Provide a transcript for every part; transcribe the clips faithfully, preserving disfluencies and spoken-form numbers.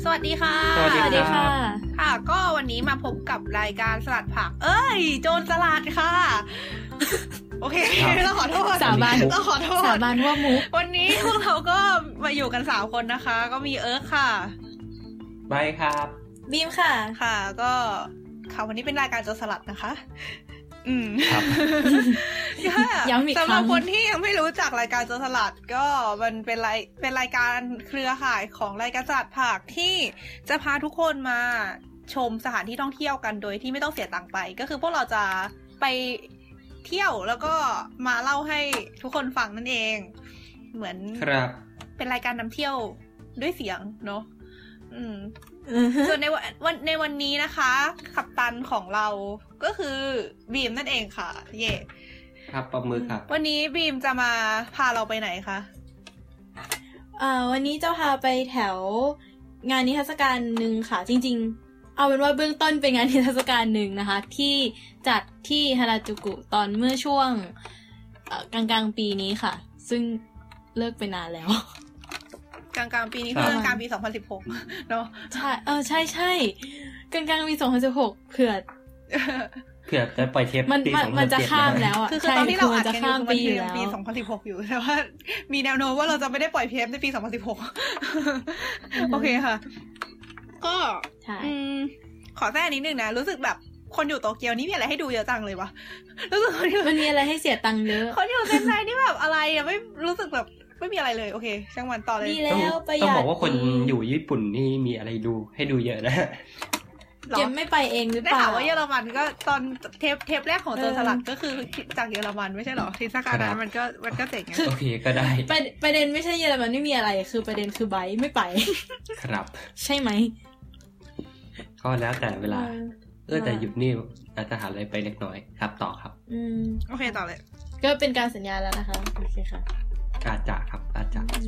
สวัสดีค่ะสวัสดีค่ะค่ะก็วันนี้มาพบกับรายการสลัดผักเอ้ยโจรสลัดค่ะโอเคต้องขอโทษสาบานต้องขอโทษสาบานว่ามุกวันนี้พวกเราก็มาอยู่กันสามคนนะคะก็มีเอิร์ธค่ะใบครับบีมค่ะค่ะก็ค่ะวันนี้เป็นรายการโจรสลัดนะคะอืมครับย้ำอีกครั้งสำหรับคนที่ยังไม่รู้จักรายการโจรสลัดก็มันเป็นรายเป็นรายการเครือข่ายของรายการสลัดผักที่จะพาทุกคนมาชมสถานที่ท่องเที่ยวกันโดยที่ไม่ต้องเสียตังค์ไปก็คือพวกเราจะไปเที่ยวแล้วก็มาเล่าให้ทุกคนฟังนั่นเองเหมือนครับเป็นรายการนำเที่ยวด้วยเสียงเนาะอืมส่วนในวันในวันนี้นะคะกัปตันของเราก็คือบีมนั่นเองค่ะเย่ครับปรบมือครับวันนี้บีมจะมาพาเราไปไหนคะอ่าวันนี้จะพาไปแถวงานนิทรรศการนึงค่ะจริงๆเอาเป็นว่าเบื้องต้นเป็นงานนิทรรศการนึงนะคะที่จัดที่ฮาราจูกุตอนเมื่อช่วงกลางๆปีนี้ค่ะซึ่งเลิกไปนานแล้วกลางๆปีนี้คือกลางๆปีสองพันสิบหกเนาะใช่เออใช่ๆกลางๆปีสองพันสิบหกเผื่อเผื่อจะปล่อยเทปปีสองพันสิบเจ็ดมันจะข้ามแล้วอ่ะคือตอนที่เราอัดกันอยู่มันเป็นปีสองพันสิบหกอยู่แต่ว่ามีแนวโน้มว่าเราจะไม่ได้ปล่อยเทปในปีสองพันสิบหกโอเคค่ะก็อืมขอแทรกนิดนึงนะรู้สึกแบบคนอยู่โตเกียวนี่มีอะไรให้ดูเยอะจังเลยวะรู้สึกมันมีอะไรให้เสียตังค์เยอะคนอยู่เซนไซนี่แบบอะไรอ่ะไม่รู้สึกแบบไม่มีอะไรเลยโอเคช่างมันต่อเลยต้องบอกว่าคนอยู่ญี่ปุ่นนี่มีอะไรดูให้ดูเยอะนะเก็บไม่ไปเองหรือเปล่าได้ข่าวว่าเยอรมันก็ตอนเทปเทปแรกของโจรสลัดก็คือจากเยอรมันไม่ใช่หรอทีสการนั้นมันก็มันก็เจ๋งไงโอเคก็ได้ประเด็นไม่ใช่เยอรมันไม่มีอะไรคือประเด็นคือไบท์ไม่ไปครับใช่ไหมก็แล้วแต่เวลาเออแต่หยุดนี่อาจจะหาอะไรไปเล็กน้อยครับต่อครับอืมโอเคต่อเลยก็เป็นการสัญญาแล้วนะคะโอเคค่ะอาจารย์ครับอาจารย์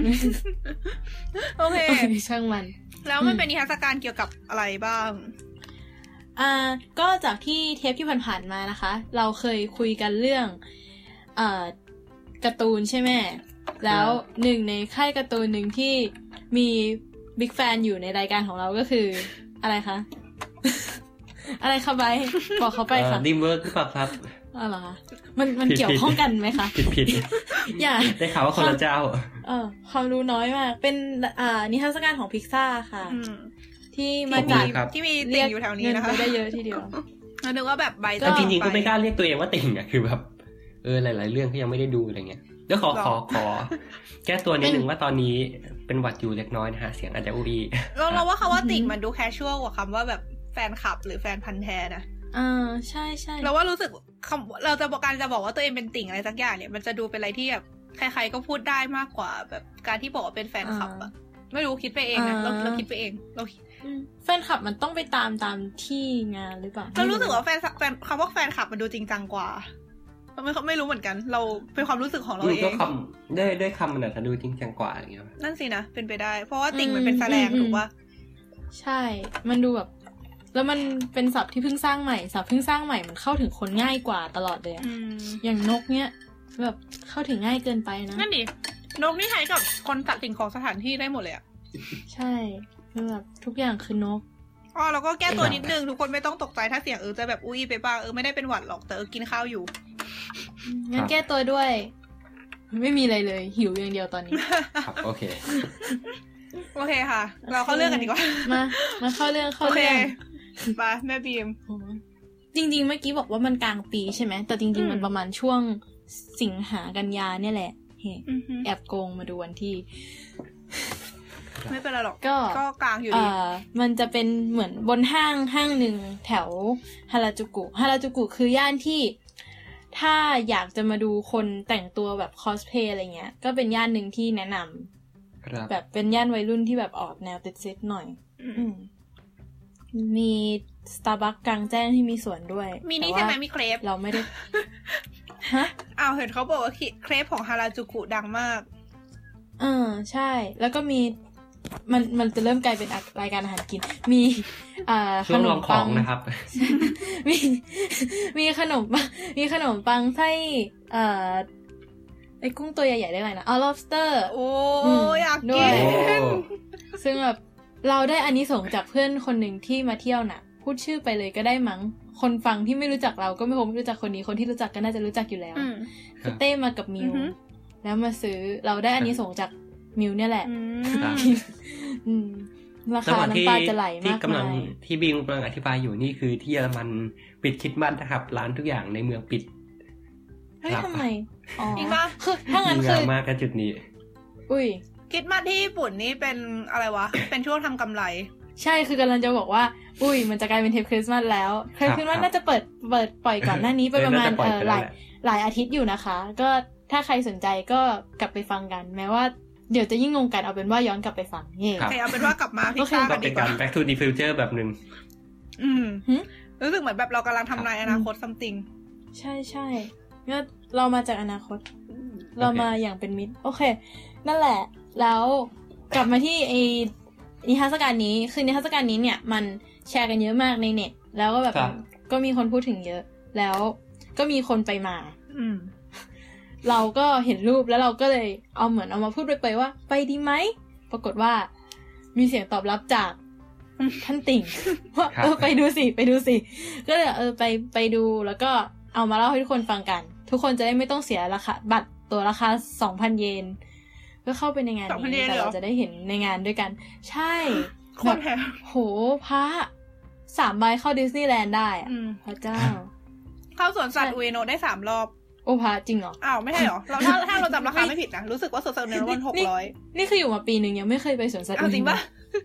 โอเคช่างมันแล้วมันเป็นนิทรรศการเกี่ยวกับอะไรบ้างอ่าก็จากที่เทปที่ผ่านๆมานะคะเราเคยคุยกันเรื่องอ่าการ์ตูนใช่ไหมแล้วหนึ่งในค่ายการ์ตูนหนึ่งที่มีบิ๊กแฟนอยู่ในรายการของเราก็คืออะไรคะ อะไรคะไบบอกเขาไปค่ะดิมเวิร์กหรือเปล่าครับอ๋อเหรอคะมันมันเกี่ยวข้องกันไหมคะผิดๆอย่าได้ข่าวว่าคนละเจ้าเออความรู้น้อยมากเป็นอ่านิทรรศการของพิกซ่าค่ะที่มาจากที่มีติ่งอยู่แถวนี้นะคะได้เยอะทีเดียวแล้วนึกว่าแบบใบแต่จริงๆก็ไม่กล้าเรียกตัวเองว่าติ่งอ่ะคือแบบเออหลายๆเรื่องที่ยังไม่ได้ดูอะไรเงี้ยเดี๋ยวขอขอขอแก้ตัวนิดนึงว่าตอนนี้เป็นหวัดอยู่เล็กน้อยนะฮะเสียงอาจจะอุ้ยเราเราว่าคำว่าติ่งมันดูแคชชวลกว่าคำว่าแบบแฟนคลับหรือแฟนพันธุ์แท้นะอ่าใช่ใช่เราว่ารู้สึกเราจะบอกการจะบอกว่าตัวเองเป็นติ่งอะไรสักอย่างเนี่ยมันจะดูเป็นอะไรที่แบบใครๆก็พูดได้มากกว่าแบบการที่บอกว่าเป็นแฟนคลับอะไม่รู้คิดไปเองนะเราเราคิดไปเองเราแฟนคลับมันต้องไปตามตามที่งานหรือเปล่าเรารู้สึกว่าแฟนแฟนคำว่าแฟนคลับมันดูจริงจังกว่าไม่ไม่รู้เหมือนกันเราเป็นความรู้สึกของเราเองก็คำด้วยด้วยคำมันอาจจะดูจริงจังกว่าอย่างเงี้ยนั่นสินะเป็นไปได้เพราะว่าติ่งมันเป็นแสดงถูกป่ะใช่มันดูแบบแล้วมันเป็นศัพท์ที่เพิ่งสร้างใหม่ศัพท์เพิ่งสร้างใหม่มันเข้าถึงคนง่ายกว่าตลอดเลยอย่างนกเนี้ยแบบเข้าถึงง่ายเกินไปนะนั่นดินกนี่ใช้กับคนตัดสิ่งของสถานที่ได้หมดเลยอ่ะใช่แบบทุกอย่างคือนกอ๋อแล้วก็แก้ตัวนิดนึงทุกคนไม่ต้องตกใจถ้าเสียงเออจะแบบอุ้ยไปบ้างเออไม่ได้เป็นหวัดหรอกแต่เออกินข้าวอยู่งั้นแก้ตัวด้วยไม่มีอะไรเลยหิวอย่างเดียวตอนนี้ครับโอเคโอเคค่ะเราเข้าเรื่องกันดีกว่ามามาเข้าเรื่องเข้าเรื่องไปแม่บีมจริงๆเมื่อกี้บอกว่ามันกลางปีใช่ไหมแต่จริงๆมันประมาณช่วงสิงหากันยาเนี่ยแหละเฮ้แอบโกงมาดูวันที่ไม่เป็นไรหรอกก็ก็กลางอยู่ดีมันจะเป็นเหมือนบนห้างห้างหนึ่งแถวฮาราจูกุฮาราจูกุคือย่านที่ถ้าอยากจะมาดูคนแต่งตัวแบบคอสเพลย์อะไรเงี้ยก็เป็นย่านหนึ่งที่แนะนำแบบเป็นย่านวัยรุ่นที่แบบออกแนวติดเซ็ตหน่อยมีสตาร์บัคกลางแจ้งที่มีสวนด้วยมีนี่ใช่ไหมมีเครปเราไม่ได้ฮะอ้าวเห็นเขาบอกว่าเครปของฮาราจูกุดังมากเออใช่แล้วก็มีมันมันจะเริ่มกลายเป็นรายการอาหารกินมีอ่าขนมปังนะครับมีมีขนมปังมีขนมปังไส้เอ่อไอ้กุ้งตัวใหญ่ๆได้ไหมนะอ๋อ lobster โอ้อยากกินซึ่งแบบเราได้อานิสงส์จากเพื่อนคนหนึ่งที่มาเที่ยวน่ะพูดชื่อไปเลยก็ได้มั้งคนฟังที่ไม่รู้จักเราก็ไม่คงไม่รู้จักคนนี้คนที่รู้จักก็น่าจะรู้จักอยู่แล้วคือเต้มากับมิวแล้วมาซื้อเราได้อานิสงส์จากมิวเนี่ยแหละราคาน้ำตาจะไหลมากมายที่บีมกำลังอธิบายอยู่นี่คือที่เยอรมันปิดคริสต์มาสนะครับร้านทุกอย่างในเมืองปิดเฮ้ยทำไมอ๋อคือถ้างั้นคือมากกันจุดนี้อุ้ยคริสต์มาสที่ญี่ปุ่นนี่เป็นอะไรวะเป็นช่วงทำกำไรใช่คือกำลังจะบอกว่าอุ้ยมันจะกลายเป็นเทปคริสต์มาสแล้วเทปคริสต์มาสน่าจะเปิดเปิดปล่อยก่อนหน้านี้ไปประมาณเออหลายหลายอาทิตย์อยู่นะคะก็ถ้าใครสนใจก็กลับไปฟังกันแม้ว่าเดี๋ยวจะยิ่งงงกันเอาเป็นว่าย้อนกลับไปฟังเย่โอเคเอาเป็นว่ากลับมาพิซซ่ากันดีกว่า Back to the Future แบบนึงอืมรู้สึกเหมือนแบบเรากำลังทำนายอนาคต something ใช่ใช่งั้นเรามาจากอนาคตเรามาอย่างเป็นมิตรโอเคนั่นแหละแล้วกลับมาที่ไอ้นิทรรศการนี้คือนิทรรศการนี้เนี่ยมันแชร์กันเยอะมากในเน็ตแล้วก็แบบก็มีคนพูดถึงเยอะแล้วก็มีคนไปมาอืมเราก็เห็นรูปแล้วเราก็เลยเอาเหมือนเอามาพูดไปๆว่าไปดีไหมปรากฏว่ามีเสียงตอบรับจากท่านติ่งว่าเออไปดูสิไปดูสิก็เลยเออไปไปดูแล้วก็เอามาเล่าให้ทุกคนฟังกันทุกคนจะได้ไม่ต้องเสียราคาบัตรตัวราคา สองพัน เยนก็เข้าไปในงานนี้แต่เราจะได้เห็นในงานด้วยกันใช่คนแถวโหพระสามใบเข้าดิสนีย์แลนด์ได้พระเจ้าเข้าสวนสัตว์อุเอโนะได้สามรอบโอ้พระจริงเหรออ้าวไม่ใช่เหรอเราถ้าถ้าเราจำราคาไม่ผิดนะรู้สึกว่าสวนสัตว์อุเอโนะมันหกร้อยนี่คืออยู่มาปีนึงยังไม่เคยไปสวนสัตว์จริงป่ะ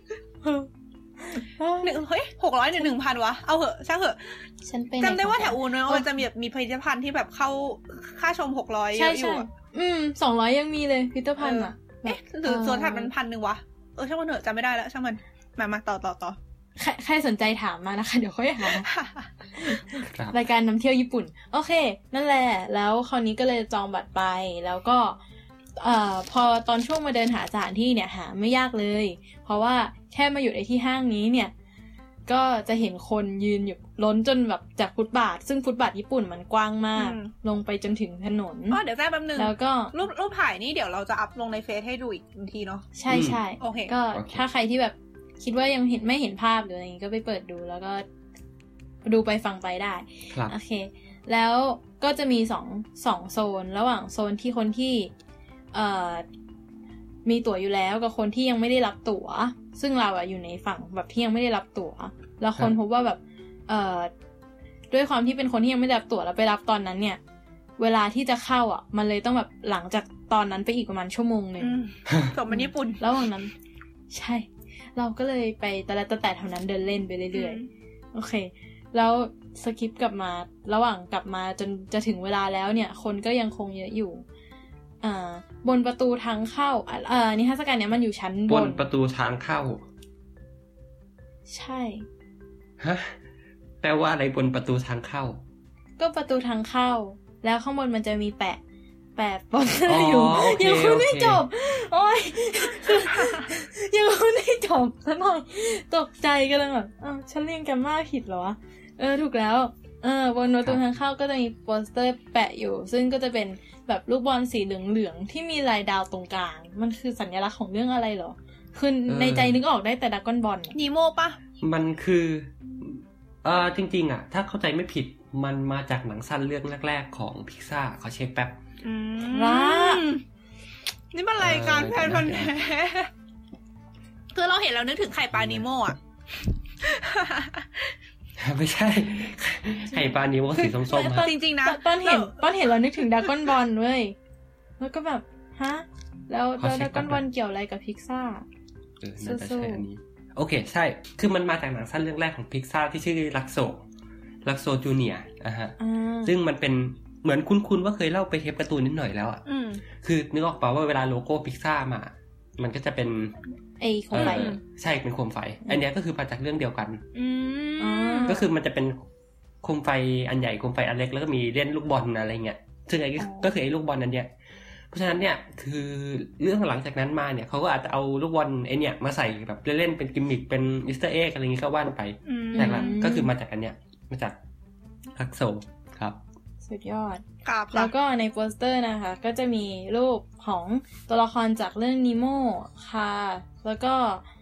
หนึ่งเฮ้ยหกร้อยหนึ่งหนึ่งพันวะเอาเหอะช่างเหอะฉันไปจำได้ว่าแถวอุเอโนะมันจะมีแบบมีผลิตภัณฑ์ที่แบบเข้าค่าชมหกร้อยเยอะอยู่อืมสองร้อยยังมีเลยพิพิธภัณฑ์อ่ะเอ๊ะหรือสวนสัตว์มันพันนึงวะเออช่างมันเถอะจำไม่ได้แล้วช่างมันมามาต่อต่อต่อใครใครสนใจถามมานะคะเดี๋ยวค่อยหารายการนำเที่ยวญี่ปุ่นโอเคนั่นแหละแล้วคราวนี้ก็เลยจองบัตรไปแล้วก็เอ่อพอตอนช่วงมาเดินหาสถานที่เนี่ยหาไม่ยากเลยเพราะว่าแค่มาอยู่ในที่ห้างนี้เนี่ยก็จะเห็นคนยืนอยู่ล้นจนแบบจากฟุตบาทซึ่งฟุตบาทญี่ปุ่นมันกว้างมากลงไปจนถึงถนนอ๋อเดี๋ยวแป๊บนึงแล้วก็รูปรูปถ่ายนี่เดี๋ยวเราจะอัพลงในเฟซให้ดูอีกทีเนาะใช่ใช่โอเคก็ถ้าใครที่แบบคิดว่ายังเห็นไม่เห็นภาพหรืออะไรอย่างงี้ก็ไปเปิดดูแล้วก็ดูไปฟังไปได้โอเคแล้วก็จะมีสองสองโซนระหว่างโซนที่คนที่เอ่อมีตั๋วอยู่แล้วกับคนที่ยังไม่ได้รับตั๋วซึ่งเราอะอยู่ในฝั่งแบบที่ยังไม่ได้รับตั๋วแล้วคนพบว่าแบบเอ่อด้วยความที่เป็นคนที่ยังไม่ได้รับตั๋วแล้วไปรับตอนนั้นเนี่ยเวลาที่จะเข้าอ่ะมันเลยต้องแบบหลังจากตอนนั้นไปอีกประมาณชั่วโมงนึงจบมันญี่ปุ่นแล้ววันนั้นใช่เราก็เลยไปแต่ละแต่แถวนั้นเดินเล่นไปเรื่อยๆโอเคแล้วสคิปกลับมาระหว่างกลับมาจนจะถึงเวลาแล้วเนี่ยคนก็ยังคงเยอะอยู่อ่าบนประตูทางเข้าอ่านิทรรศการเนี้ยมันอยู่ชั้นบนบนประตูทางเข้าใช่ฮะแปลว่าอะไรบนประตูทางเข้าก็ประตูทางเข้าแล้วข้างบนมันจะมีแปะแปะโปสเตอร์อยู่ยังพูดไม่จบโอ๊ยยังพูดไม่จบซะหน่อยตกใจกันเลยแบบอ้าวฉันเรียนแกรมม่าผิดเหรอวะเออถูกแล้วเออบนประตูทางเข้าก็จะมีโปสเตอร์แปะอยู่ซึ่งก็จะเป็นแบบลูกบอลสีเหลืองๆที่มีลายดาวตรงกลางมันคือสัญลักษณ์ของเรื่องอะไรเหรอคือในใจนึกออกได้แต่ดราก้อนบอลนีโม่ปะมันคือเออจริงๆอ่ะถ้าเข้าใจไม่ผิดมันมาจากหนังสั้นเรื่องแรกๆของพิกซ่าขอเช็คแป๊บว้านี่มันรายการแฟนพันธุ์แท้คือเราเห็นแล้วนึกถึงไข่ปลานีโม่อะไม่ใช่ไข่ปลานีโม่สีส้มๆครับจริงๆนะตอนเห็นตอนเห็นเรานึกถึงดราก้อนบอลเว้ยแล้วก็แบบฮะแล้วดราก้อนบอลเกี่ยวอะไรกับพิกซ่าเออน่าจะใช่อันนี้โอเคใช่คือมันมาจากหนังสั้นเรื่องแรกของพิกซ่าที่ชื่อลักโซลักโซจูเนียร์อ่ะฮะซึ่งมันเป็นเหมือนคุ้นๆว่าเคยเล่าไปเทปการ์ตูนนิดหน่อยแล้วอ่ะคือนึกออกป่าวว่าเวลาโลโก้พิกซ่ามามันก็จะเป็นไอ้โคมไฟใช่เป็นโคมไฟอันนี้ก็คือมาจากเรื่องเดียวกันก็คือมันจะเป็นโคมไฟอันใหญ่โคมไฟอันเล็กแล้วก็มีเล่นลูกบอลอะไรเงี้ยซึ่งไอ้ก็คือไอ้ลูกบอลนั้นเนี่ยเพราะฉะนั้นเนี่ยคือเรื่องหลังจากนั้นมาเนี่ยเขาก็อาจจะเอาลูกบอลไอ้เนี่ยมาใส่แบบเล่นๆเป็นกิมมิคเป็นอีสเตอร์เอ็กอะไรเงี้ยก็ว่านไปแต่ละก็คือมาจากอันเนี้ยมาจากลักโซครับสุดยอดแล้วก็ในโปสเตอร์นะคะก็จะมีรูปของตัวละครจากเรื่องนิโม่ค่ะแล้วก็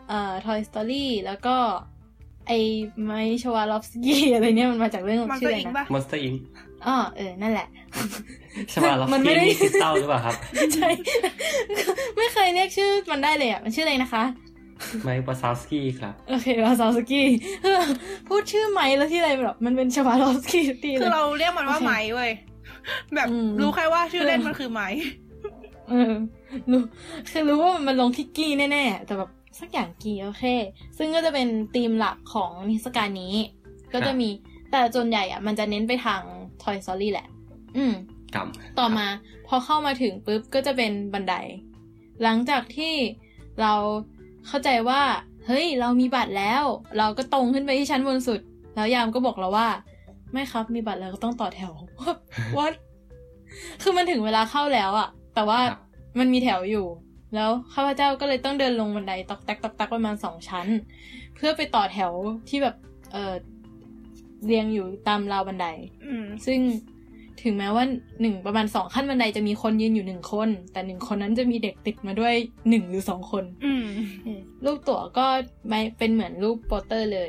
เอ่อ Toy Story แล้วก็ไอ้ไมค์ชวาลอฟสกี้อะไรเนี่ยมันมาจากเรื่องชื่ออะไรนะ Monster อิงค์อ๋อเออนั่นแหละชวาลอฟสกี้นี่คริสตัลหรือเปล่าครับใช่ไม่เคยเรียกชื่อมันได้เลยอ่ะมันชื่ออะไรนะคะไมค์วาซาวสกี้ครับโอเควาซาวสกี้พูดชื่อไมค์แล้วที่อะไรแบบมันเป็นชวาลอฟสกี้ทีเลยคือเราเรียกมันว่าไมค์เว้ยแบบรู้แค่ว่าชื่อเล่นมันคือไมค์เออรู้คือรู้ว่ามันลงที่กี้แน่ๆแต่แบบสักอย่างกี้โอเคซึ่งก็จะเป็นธีมหลักของนิทรรศการนี้ก็จะมีแต่ส่วนใหญ่อ่ะมันจะเน้นไปทาง Toy Story แหละอืมต่อมาพอเข้ามาถึงปุ๊บก็จะเป็นบันไดหลังจากที่เราเข้าใจว่าเฮ้ยเรามีบัตรแล้วเราก็ตรงขึ้นไปที่ชั้นบนสุดแล้วยามก็บอกเราว่าไม่ครับมีบัตรแล้วก็ต้องต่อแถว What คือมันถึงเวลาเข้าแล้วอ่ะแต่ว่ามันมีแถวอยู่แล้วข้าพเจ้าก็เลยต้องเดินลงบันไดตอกแตกตอกแตกประมาณสองชั้นเพื่อไปต่อแถวที่แบบเอ่อเรียงอยู่ตามราวบันไดซึ่งถึงแม้ว่าหนึ่งประมาณสองขั้นบันไดจะมีคนยืนอยู่หนึ่งคนแต่หนึ่งคนนั้นจะมีเด็กติดมาด้วยหนึ่งหรือสองคนรูปตั๋วก็ไม่เป็นเหมือนรูปโปสเตอร์เลย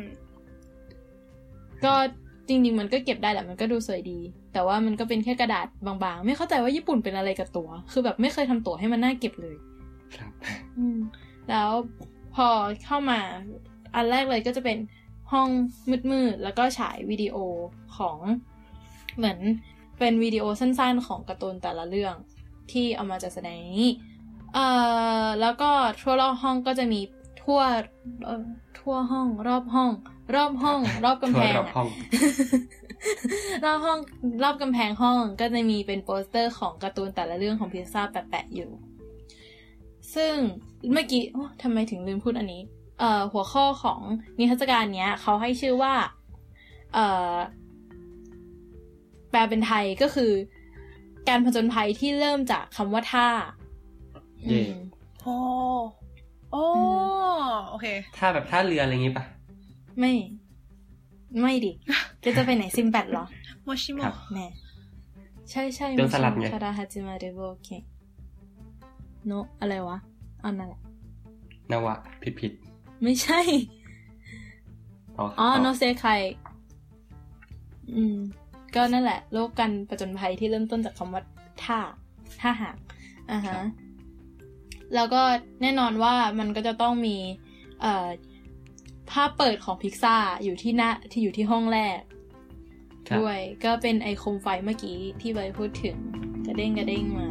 ก็จริงๆมันก็เก็บได้แหละมันก็ดูสวยดีแต่ว่ามันก็เป็นแค่กระดาษบางๆไม่เข้าใจว่าญี่ปุ่นเป็นอะไรกับตั๋วคือแบบไม่เคยทำตั๋วให้มันน่าเก็บเลยครับแล้วพอเข้ามาอันแรกเลยก็จะเป็นห้องมืดๆแล้วก็ฉายวิดีโอของเหมือนเป็นวิดีโอสั้นๆของการ์ตูนแต่ละเรื่องที่เอามาจัดแสดงนี้เอ่อแล้วก็ทั่วรอบห้องก็จะมีทั่วเอ่อทั่วห้องรอบห้องรอบห้องรอบกำแพงรอบห้องรอบห้องรอบกำแพงห้องก็จะมีเป็นโปสเตอร์ของการ์ตูนแต่ละเรื่องของพิซซ่าแปะๆอยู่ซึ่งเมื่อกี้ทำไมถึงลืมพูดอันนี้เอ่อหัวข้อของนิทรรศการเนี้ยเขาให้ชื่อว่าเอ่อแปลเป็นไทยก็คือการผจญภัยที่เริ่มจากคำว่าท่าอืมโอ้โอ้โอเคท่าแบบท่าเรืออะไรอย่างงี้ป่ะไม่ไม่ดิจะจะไปไหนซิมแปดเหรอโมชิโมะแม่ใช่ใช่โดนสลัดไงคาราฮาจิมาเดโบเคโนอะไรวะอันนั่นแหละนาวะผิดผิดไม่ใช่อ๋อโนเซไคอืมก็นั่นแหละโลกกันประจนภัยที่เริ่มต้นจากคำว่าท่าท่าหากอ่าฮะแล้วก็แน่นอนว่ามันก็จะต้องมีเอ่อภาพเปิดของพิกซ่าอยู่ที่หน้าที่อยู่ที่ห้องแรกด้วยก็เป็นไอโคมไฟเมื่อกี้ที่ใบพูดถึงกระเด้งกระเด้งมา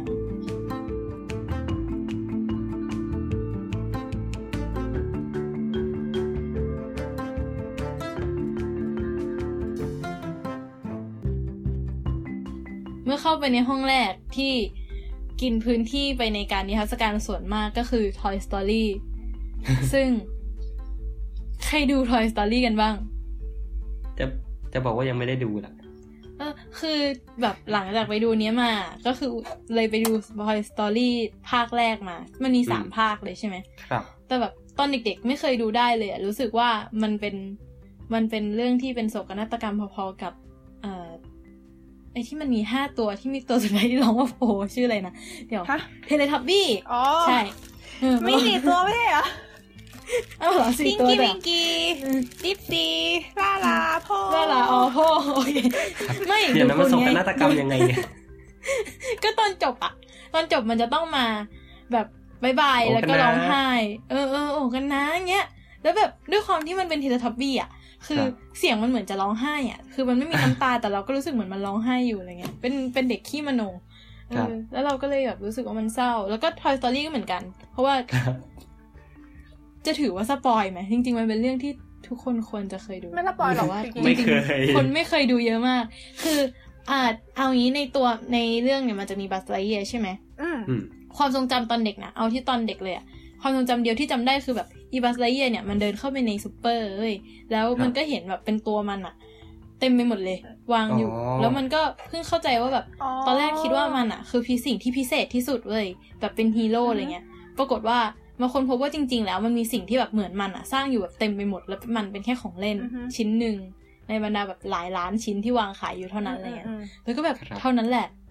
เมื่อเข้าไปในห้องแรกที่กินพื้นที่ไปในการนิทรรศการส่วนมากก็คือ Toy Story ซึ่งใครดู Toy Story กันบ้างจะจะบอกว่ายังไม่ได้ดูล่ะเออคือแบบหลังจากไปดูเนี้ยมาก็คือเลยไปดู Toy Story ภาคแรกมามันมีสามภาคเลยใช่ไหมครับแต่แบบตอนเด็กๆไม่เคยดูได้เลยรู้สึกว่ามันเป็นมันเป็นเรื่องที่เป็นโศกนาฏกรรมพอๆกับเอ่อไอ้ที่มันมีห้าตัวที่มีตัวสุดท้ายที่ร้องว่าโผชื่ออะไรนะเดี๋ยวเทเลทับบี้อ๋อใช่มีสี่ตัวไม่ใช่เหรออ้าวเหรอสี่ตัววิงกี้ดิปซี่ลาลาพ่อลาลาอ๋อพ่อโอเคไม่เดี๋ยวนะมันโศกนาฏกรรมยังไงเนี่ยก็ตอนจบอะตอนจบมันจะต้องมาแบบบายบายแล้วก็ร้องไห้เออเออโอ้กันนะเงี้ยแล้วแบบด้วยความที่มันเป็นเทเลทับบี้อะคือเสียงมันเหมือนจะร้องไห้อ่ะคือมันไม่มีน้ำตาแต่เราก็รู้สึกเหมือนมันร้องไห้อยู่อะไรเงี้ยเป็นเป็นเด็กขี้มโนเออแล้วเราก็เลยแบบรู้สึกว่ามันเศร้าแล้วก็ Toy Story ก็เหมือนกันเพราะว่าจะถือว่าสปอยไหมจริงๆมันเป็นเรื่องที่ทุกคนควรจะเคยดูไม่สปอยหรอกว่าจริงๆคนไม่เคยดูเยอะมากคืออาจเอางี้ในตัวในเรื่องเนี่ยมันจะมีบัสไลเยียร์ใช่ไหมความทรงจำตอนเด็กนะเอาที่ตอนเด็กเลยอะความทรงจำเดียวที่จำได้คือแบบอีบัสไลเยียร์เนี่ยมันเดินเข้าไปในซุปเปอร์เว้ยแล้วมันก็เห็นแบบเป็นตัวมันอะเต็มไปหมดเลยวางอยู่แล้วมันก็เพิ่งเข้าใจว่าแบบตอนแรกคิดว่ามันอะคือพิสิ่งที่พิเศษที่สุดเว้ยแบบเป็นฮีโร่อะไรเงี้ยปรากฏว่ามาคนพบว่าจริงๆแล้วมันมีสิ่งที่แบบเหมือนมันอะสร้างอยู่แบบเต็มไปหมดแล้วมันเป็นแค่ของเล่นชิ้นหนึ่งในบรรดาแบบหลายล้านชิ้นที่วางขายอยู่เท่านั้นอะไรเงี้ยแล้วก็แบบเท่านั้นแหละ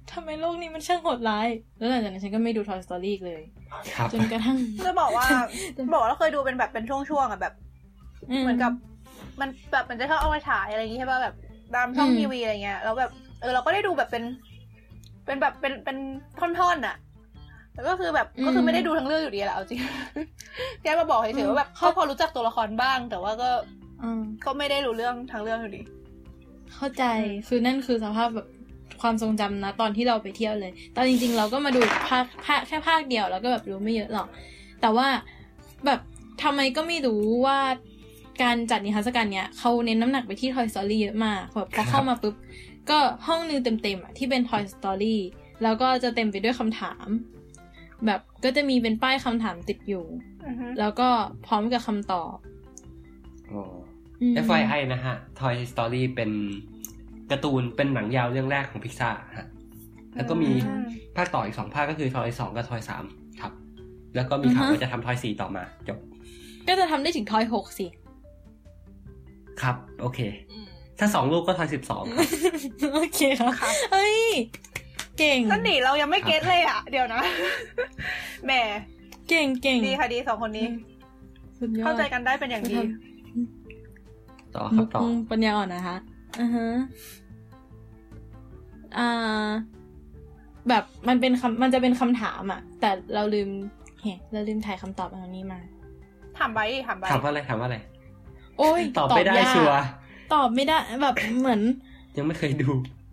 ทำไมโลกนี้มันช่างโหดร้ายแล้วหลังจากนั้นฉันก็ไม่ดู Toy Story อีกเลยจนกระทั่งจะบอกว่าบอกว่าเราเคยดูเป็นแบบเป็นช่วงๆอ่ะแบบเหมือนกับมันแบบมันจะชอบเอามาฉายอะไรอย่างงี้ใช่ป่ะแบบตามช่องทีวีอะไรเงี้ยแล้วแบบเออเราก็ได้ดูแบบเป็นเป็นแบบเป็นเป็นท่อนๆอ่ะแล้วก็คือแบบก็คือไม่ได้ดูทั้งเรื่องอยู่ดีแหละเอาจริงแค่มาบอกเฉยๆว่าแบบเขาพอรู้จักตัวละครบ้างแต่ว่าก็ก็ไม่ได้รู้เรื่องทั้งเรื่องอยู่ดีเข้าใจคือนั่นคือสภาพแบบความทรงจำนะตอนที่เราไปเที่ยวเลยตอนจริงๆเราก็มาดูภาคภาคแค่ภาคเดียวแล้วก็แบบรู้ไม่เยอะหรอกแต่ว่าแบบทำไมก็ไม่รู้ว่าการจัดนิทรรศการเนี้ยเขาเน้นน้ำหนักไปที่ Toy Story เยอะมากแบบพอเข้ามาปุ๊บก็ห้องนึงเต็มๆอ่ะที่เป็น Toy Story แล้วก็จะเต็มไปด้วยคำถามแบบก็จะมีเป็นป้ายคำถามติดอยู่ uh-huh. แล้วก็พร้อมกับคำตอบอ๋อ เอฟ วาย ไอ นะฮะ Toy Story เป็นการ์ตูนเป็นหนังยาวเรื่องแรกของ Pixar ฮะแล้วก็มีภาคต่ออีกสองภาคก็คือ Toy สองกับ Toy สามครับแล้วก็มีข่าวว่าจะทำ Toy สี่ต่อมาจบก็จะทำได้ถึง Toy หกสิครับโอเคถ้าสองลูกก็ Toy สิบสองครับโอเคครับเฮ้ยเก่งนั่นนี่เรายังไม่เก็ตเลยอ่ะเดี๋ยวนะแหมเก่งเก่งดีค่ะดีสองคนนี้เข้าใจกันได้เป็นอย่างดีต่อครับต่อปัญญาอ่อนนะคะอือฮะอ่าแบบมันเป็นคำมันจะเป็นคำถามอ่ะแต่เราลืมเฮ้เราลืมถ่ายคำตอบอันนี้มาถามใบถามใบถามว่าอะไรถามว่าอะไรโอ้ยตอบไม่ได้ชัวร์ตอบไม่ได้แบบเหมือนยังไม่เคยดู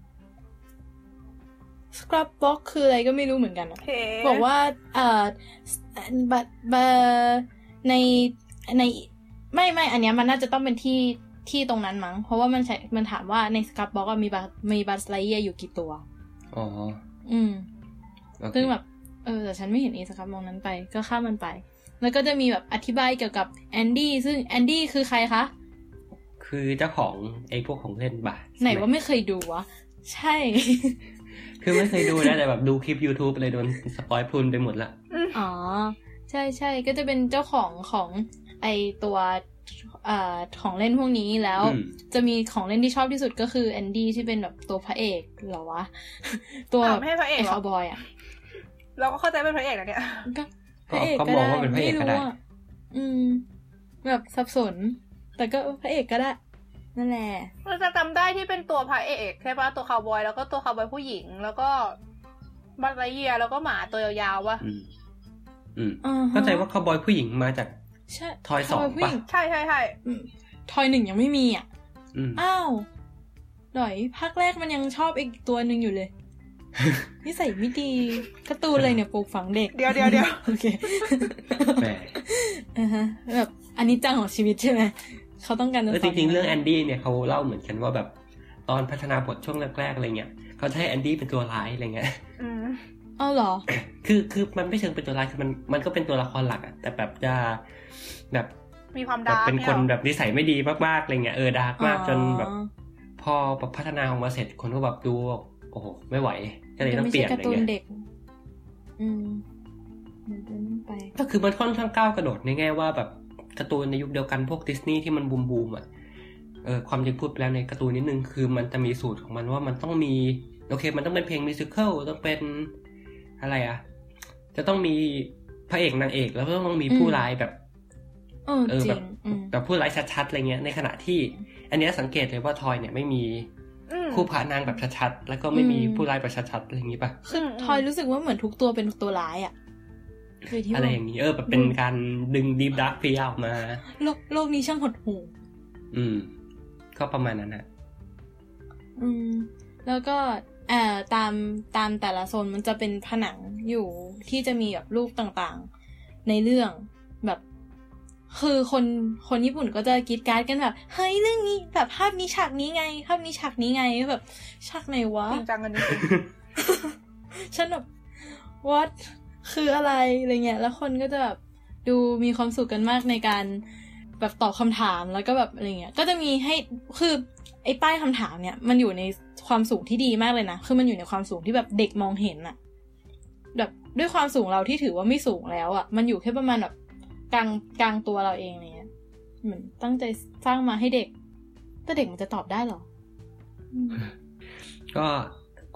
Scrapbox คืออะไรก็ไม่รู้เหมือนกัน okay. บอกว่าเอ่อบัตบในในไม่ไม่อันเนี้ยมันน่าจะต้องเป็นที่ที่ตรงนั้นมั้งเพราะว่ามันใช้มันถามว่าใน Scrapbox มีบัตมีบัตไลเยียอยู่กี่ตัวอ๋ออืม okay. ซึ่งแบบเออแต่ฉันไม่เห็นไอ้ Scrapbox นั้นไปก็ข้ามมันไปแล้วก็จะมีแบบอธิบายเกี่ยวกับแอนดี้ซึ่งแอนดี้คือใครคะคือเจ้าของไอ้พวกของเล่นบาทไหนว่าไม่เคยดูวะใช่คือไม่เคยดูนะแต่แบบดูคลิป YouTube เลยโดนสปอยล์พรุนไปหมดละอ๋อใช่ๆก็จะเป็นเจ้าของของไอตัวเอ่อของเล่นพวกนี้แล้วจะมีของเล่นที่ชอบที่สุดก็คือแอนดี้ที่เป็นแบบตัวพระเอกเหรอวะตัวให้พระเอกไอ้คาวบอยอ่ะเราก็เข้าใจเป็นพระเอกแล้วเนี่ยก็พระเอกก็ได้ไม่รู้อ่ะอืมแบบสับสนแต่ก็พระเอกก็ได้นั่นแหละเราจะจำได้ที่เป็นตัวพระเอกใช่ป่ะตัวคาวบอยแล้วก็ตัวคาวบอยผู้หญิงแล้วก็บัตไลเยียแล้วก็หมาตัวยาวๆว่ะอืมเข้าใจว่าคาวบอยผู้หญิงมาจากทอยสองป่ะใช่ใช่ใช่ทอยหนึ่งยังไม่มีอ่ะอ้าวหน่อยภาคแรกมันยังชอบอีกตัวหนึ่งอยู่เลยนิสัยไม่ดีการ์ตูนอะไรเนี่ยปลูกฝังเด็กเดี๋ยวเดี๋ยวเดี๋ยวโอเคแหมอ่าฮะแบบอันนี้จังของชีวิตใช่ไหมเขาต้องการจะจริงๆเรื่องแอนดี้เนี่ยเขาเล่าเหมือนกันว่าแบบตอนพัฒนาบทช่วงแรกๆอะไรเงี้ยเขาจะให้แอนดี้เป็นตัวร้ายอะไรเงี้ยอืมอ้าวเหรอคือคือมันไม่เชิงเป็นตัวร้ายคือมันมันก็เป็นตัวละครหลักอ่ะแต่แบบจะแบบมีความดาร์กเป็นคนแบบนิสัยไม่ดีมากๆอะไรเงี้ยเออดาร์กมากจนแบบพอพัฒนาออกมาเสร็จคนก็แบบดูโอ้โหไม่ไหวก็เลยต้องเปลี่ยนอะไรเงี้ยอืมไปก็คือมันค่อนข้างก้าวกระโดดในแง่ว่าแบบการ์ตูนในยุคเดียวกันพวกดิสนีย์ที่มันบูมบูมอ่ะเออความจริงพูดแล้วในการ์ตูนนิดนึงคือมันจะมีสูตรของมันว่ามันต้องมีโอเคมันต้องเป็นเพลงมิวสิคัลต้องเป็นอะไรอ่ะจะต้องมีพระเอกนางเอกแล้วก็ต้องมีผู้ร้ายแบบเออแบบแบบผู้ร้ายชัดๆอะไรเงี้ยในขณะที่อันนี้สังเกตเลยว่าทอยเนี่ยไม่มีคู่พระนางแบบชัดๆแล้วก็ไม่มีผู้ร้ายแบบชัดๆอะไรอย่างงี้ป่ะคือทอยรู้สึกว่าเหมือนทุกตัวเป็นตัวร้ายอ่ะอะไรอย่างนี้เออแบบเป็นการดึงดีฟดาร์กพีออกมาโลกโลกนี้ช่างหดหู่อืมก็ประมาณนั้นฮะอืมแล้วก็เอ่อตามตามแต่ละโซนมันจะเป็นผนังอยู่ที่จะมีแบบรูปต่างๆในเรื่องแบบคือคนคนญี่ปุ่นก็จะกรี๊ดกราดกันแบบเฮ้ยเรื่องนี้แบบภาพนี้ฉากนี้ไงภาพนี้ฉากนี้ไงแบบฉากไหนวะจริงจังกันนี่ฉันแบบ what คืออะไรอะไรเงี้ยแล้วคนก็จะแบบดูมีความสุขกันมากในการแบบตอบคำถามแล้วก็แบบอะไรเงี้ยก็จะมีให้คือไอ้ป้ายคำถามเนี่ยมันอยู่ในความสูงที่ดีมากเลยนะคือมันอยู่ในความสูงที่แบบเด็กมองเห็นอะแบบด้วยความสูงเราที่ถือว่าไม่สูงแล้วอะมันอยู่แค่ประมาณแบบกลางกลางตัวเราเองเนี่ยเหมือนตั้งใจสร้างมาให้เด็กแต่เด็กมันจะตอบได้หรอก็ค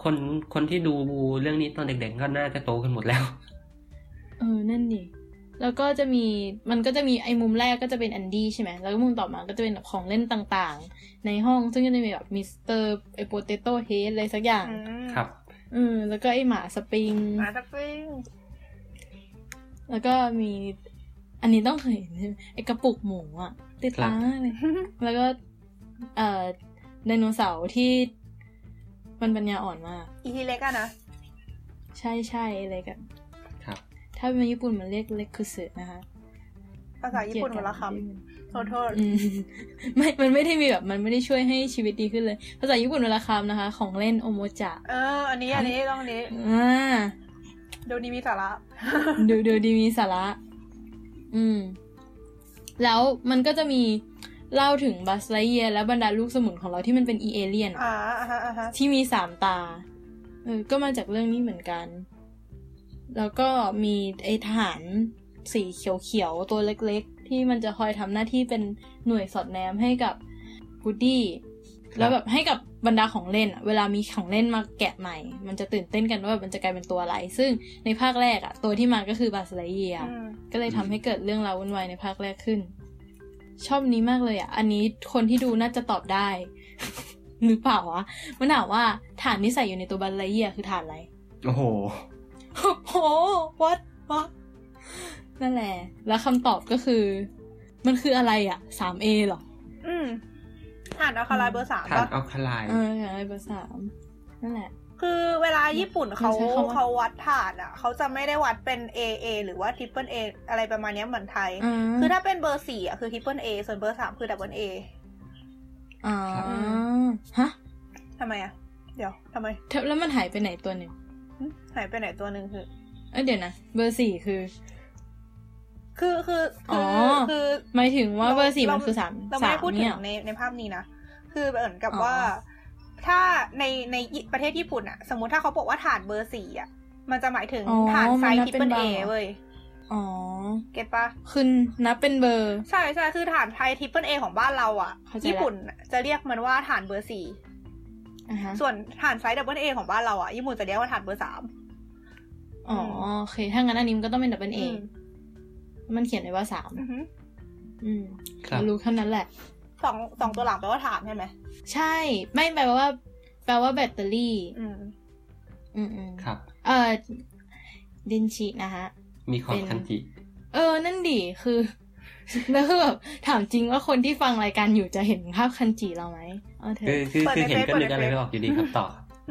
คนคนที่ดูเรื่องนี้ตอนเด็กๆก็น่าจะโตกันหมดแล้วเออนั่นดิแล้วก็จะมีมันก็จะมีไอ้มุมแรกก็จะเป็นแอนดี้ใช่ไหมแล้วก็มุมต่อมาก็จะเป็นแบบของเล่นต่างๆในห้องซึ่งก็จะมีแบบมิสเตอร์ไอ้โปเตโต้เฮดอะไรสักอย่างครับอืมแล้วก็ไอ้หมาสปริงหมาสปริงแล้วก็มีอันนี้ต้องเคยเห็นไอ้กระปุกหมูอ่ะติดตาเลยแล้วก็เอ่อไดโนเสาร์ที่มันปัญญาอ่อนมากอีทีเล็กอะนะใช่ใช่เล็กอะครับถ้าเป็นญี่ปุ่นมันเรียกเล็กคุสึนะคะภาษาญี่ปุ่นวรรณคำโทษโทษไม่มันไม่ได้มีแบบมันไม่ได้ช่วยให้ชีวิตดีขึ้นเลยภาษาญี่ปุ่นวรรณคำนะคะของเล่นโอโมจะเอออันนี้อันนี้ต้องนี้อ่าดูดีมีสาระดูดูดีมีสาระอืมแล้วมันก็จะมีเล่าถึงบัสไลเยียร์และบรรดาลูกสมุนของเราที่มันเป็นอีเอเลียนอ่าอ่าฮะอ่าฮะที่มีสามตาเออก็มาจากเรื่องนี้เหมือนกันแล้วก็มีไอ้ทหารสีเขียวๆตัวเล็กๆที่มันจะคอยทำหน้าที่เป็นหน่วยสอดแนมให้กับวูดดี้แล้วแบบให้กับบรรดาของเล่นอ่ะเวลามีของเล่นมาแกะใหม่มันจะตื่นเต้นกันว่ามันจะกลายเป็นตัวอะไรซึ่งในภาคแรกอ่ะตัวที่มาก็คือบัสไลเยียร์ก็เลยทำให้เกิดเรื่องราววุ่นวายในภาคแรกขึ้นชอบนี้มากเลยอ่ะอันนี้คนที่ดูน่าจะตอบได้หรือเปล่าวะมันถามว่าฐานที่ใส่อยู่ในตัวบัสไลเยียร์คือฐานอะไรโอ้โหโอ้โห what what นั่นแหละแล้วคำตอบก็คือมันคืออะไรอ่ะ ทรี เอ หรออืมฐานอัลคาไลน์เบอร์สามฐานอัลคาไลน์เออฐานอัลคาไลน์เบอร์สามนั่นแหละคือเวลาญี่ปุ่นเขาเขาวัดฐานอ่ะเขาจะไม่ได้วัดเป็น เอ เอ หรือว่า Triple A อะไรประมาณนี้เหมือนไทยคือถ้าเป็นเบอร์สี่อ่ะคือ Triple A ส่วนเบอร์สามคือ Double A อ๋อฮะทำไมอ่ะเดี๋ยวทำไมแล้วมันหายไปไหนตัวหนึ่งหายไปไหนตัวหนึ่งคือเอ้ยเดี๋ยวนะเบอร์สี่คือคือคืออ๋อคือหมายถึงว่าเบอร์สี่มันคือสามเราไม่ได้พูดถึงในในภาพนี้นะคือเหมือนกับว่าถ้าในในประเทศญี่ปุ่นอะสมมุติถ้าเขาบอกว่าฐานเบอร์สี่อะมันจะหมายถึงฐานไซส์ Triple A เว้ยอ๋อเก็ตปะคือนับเป็นเบอร์ใช่ใช่คือฐานไทย Triple A ของบ้านเราอะญี่ปุ่นจะเรียกมันว่าฐานเบอร์สี่ส่วนฐานไซส์ Double A ของบ้านเราอะญี่ปุ่นจะเรียกว่าฐานเบอร์สามอ๋อโอเคถ้างั้นอันนี้มันก็ต้องเป็น Double A มันเขียนไว้ว่าสามอืมรู้แค่นั้นแหละสองสองตัวหลังแปลว่าฐานใช่ไหมใช่ไม่แปลว่าแปลว่าแบตเตอรี่อืมอืมอืมครับเอ่อดินชินะฮะมีของคันจิเออนั่นดิคือแล้วคือแบบถามจริงว่าคนที่ฟังรายการอยู่จะเห็นภาพคันจิเราไหมเออคือคือคือเห็นก็นึกอะไรไม่ออกอยู่ดีครับต่อ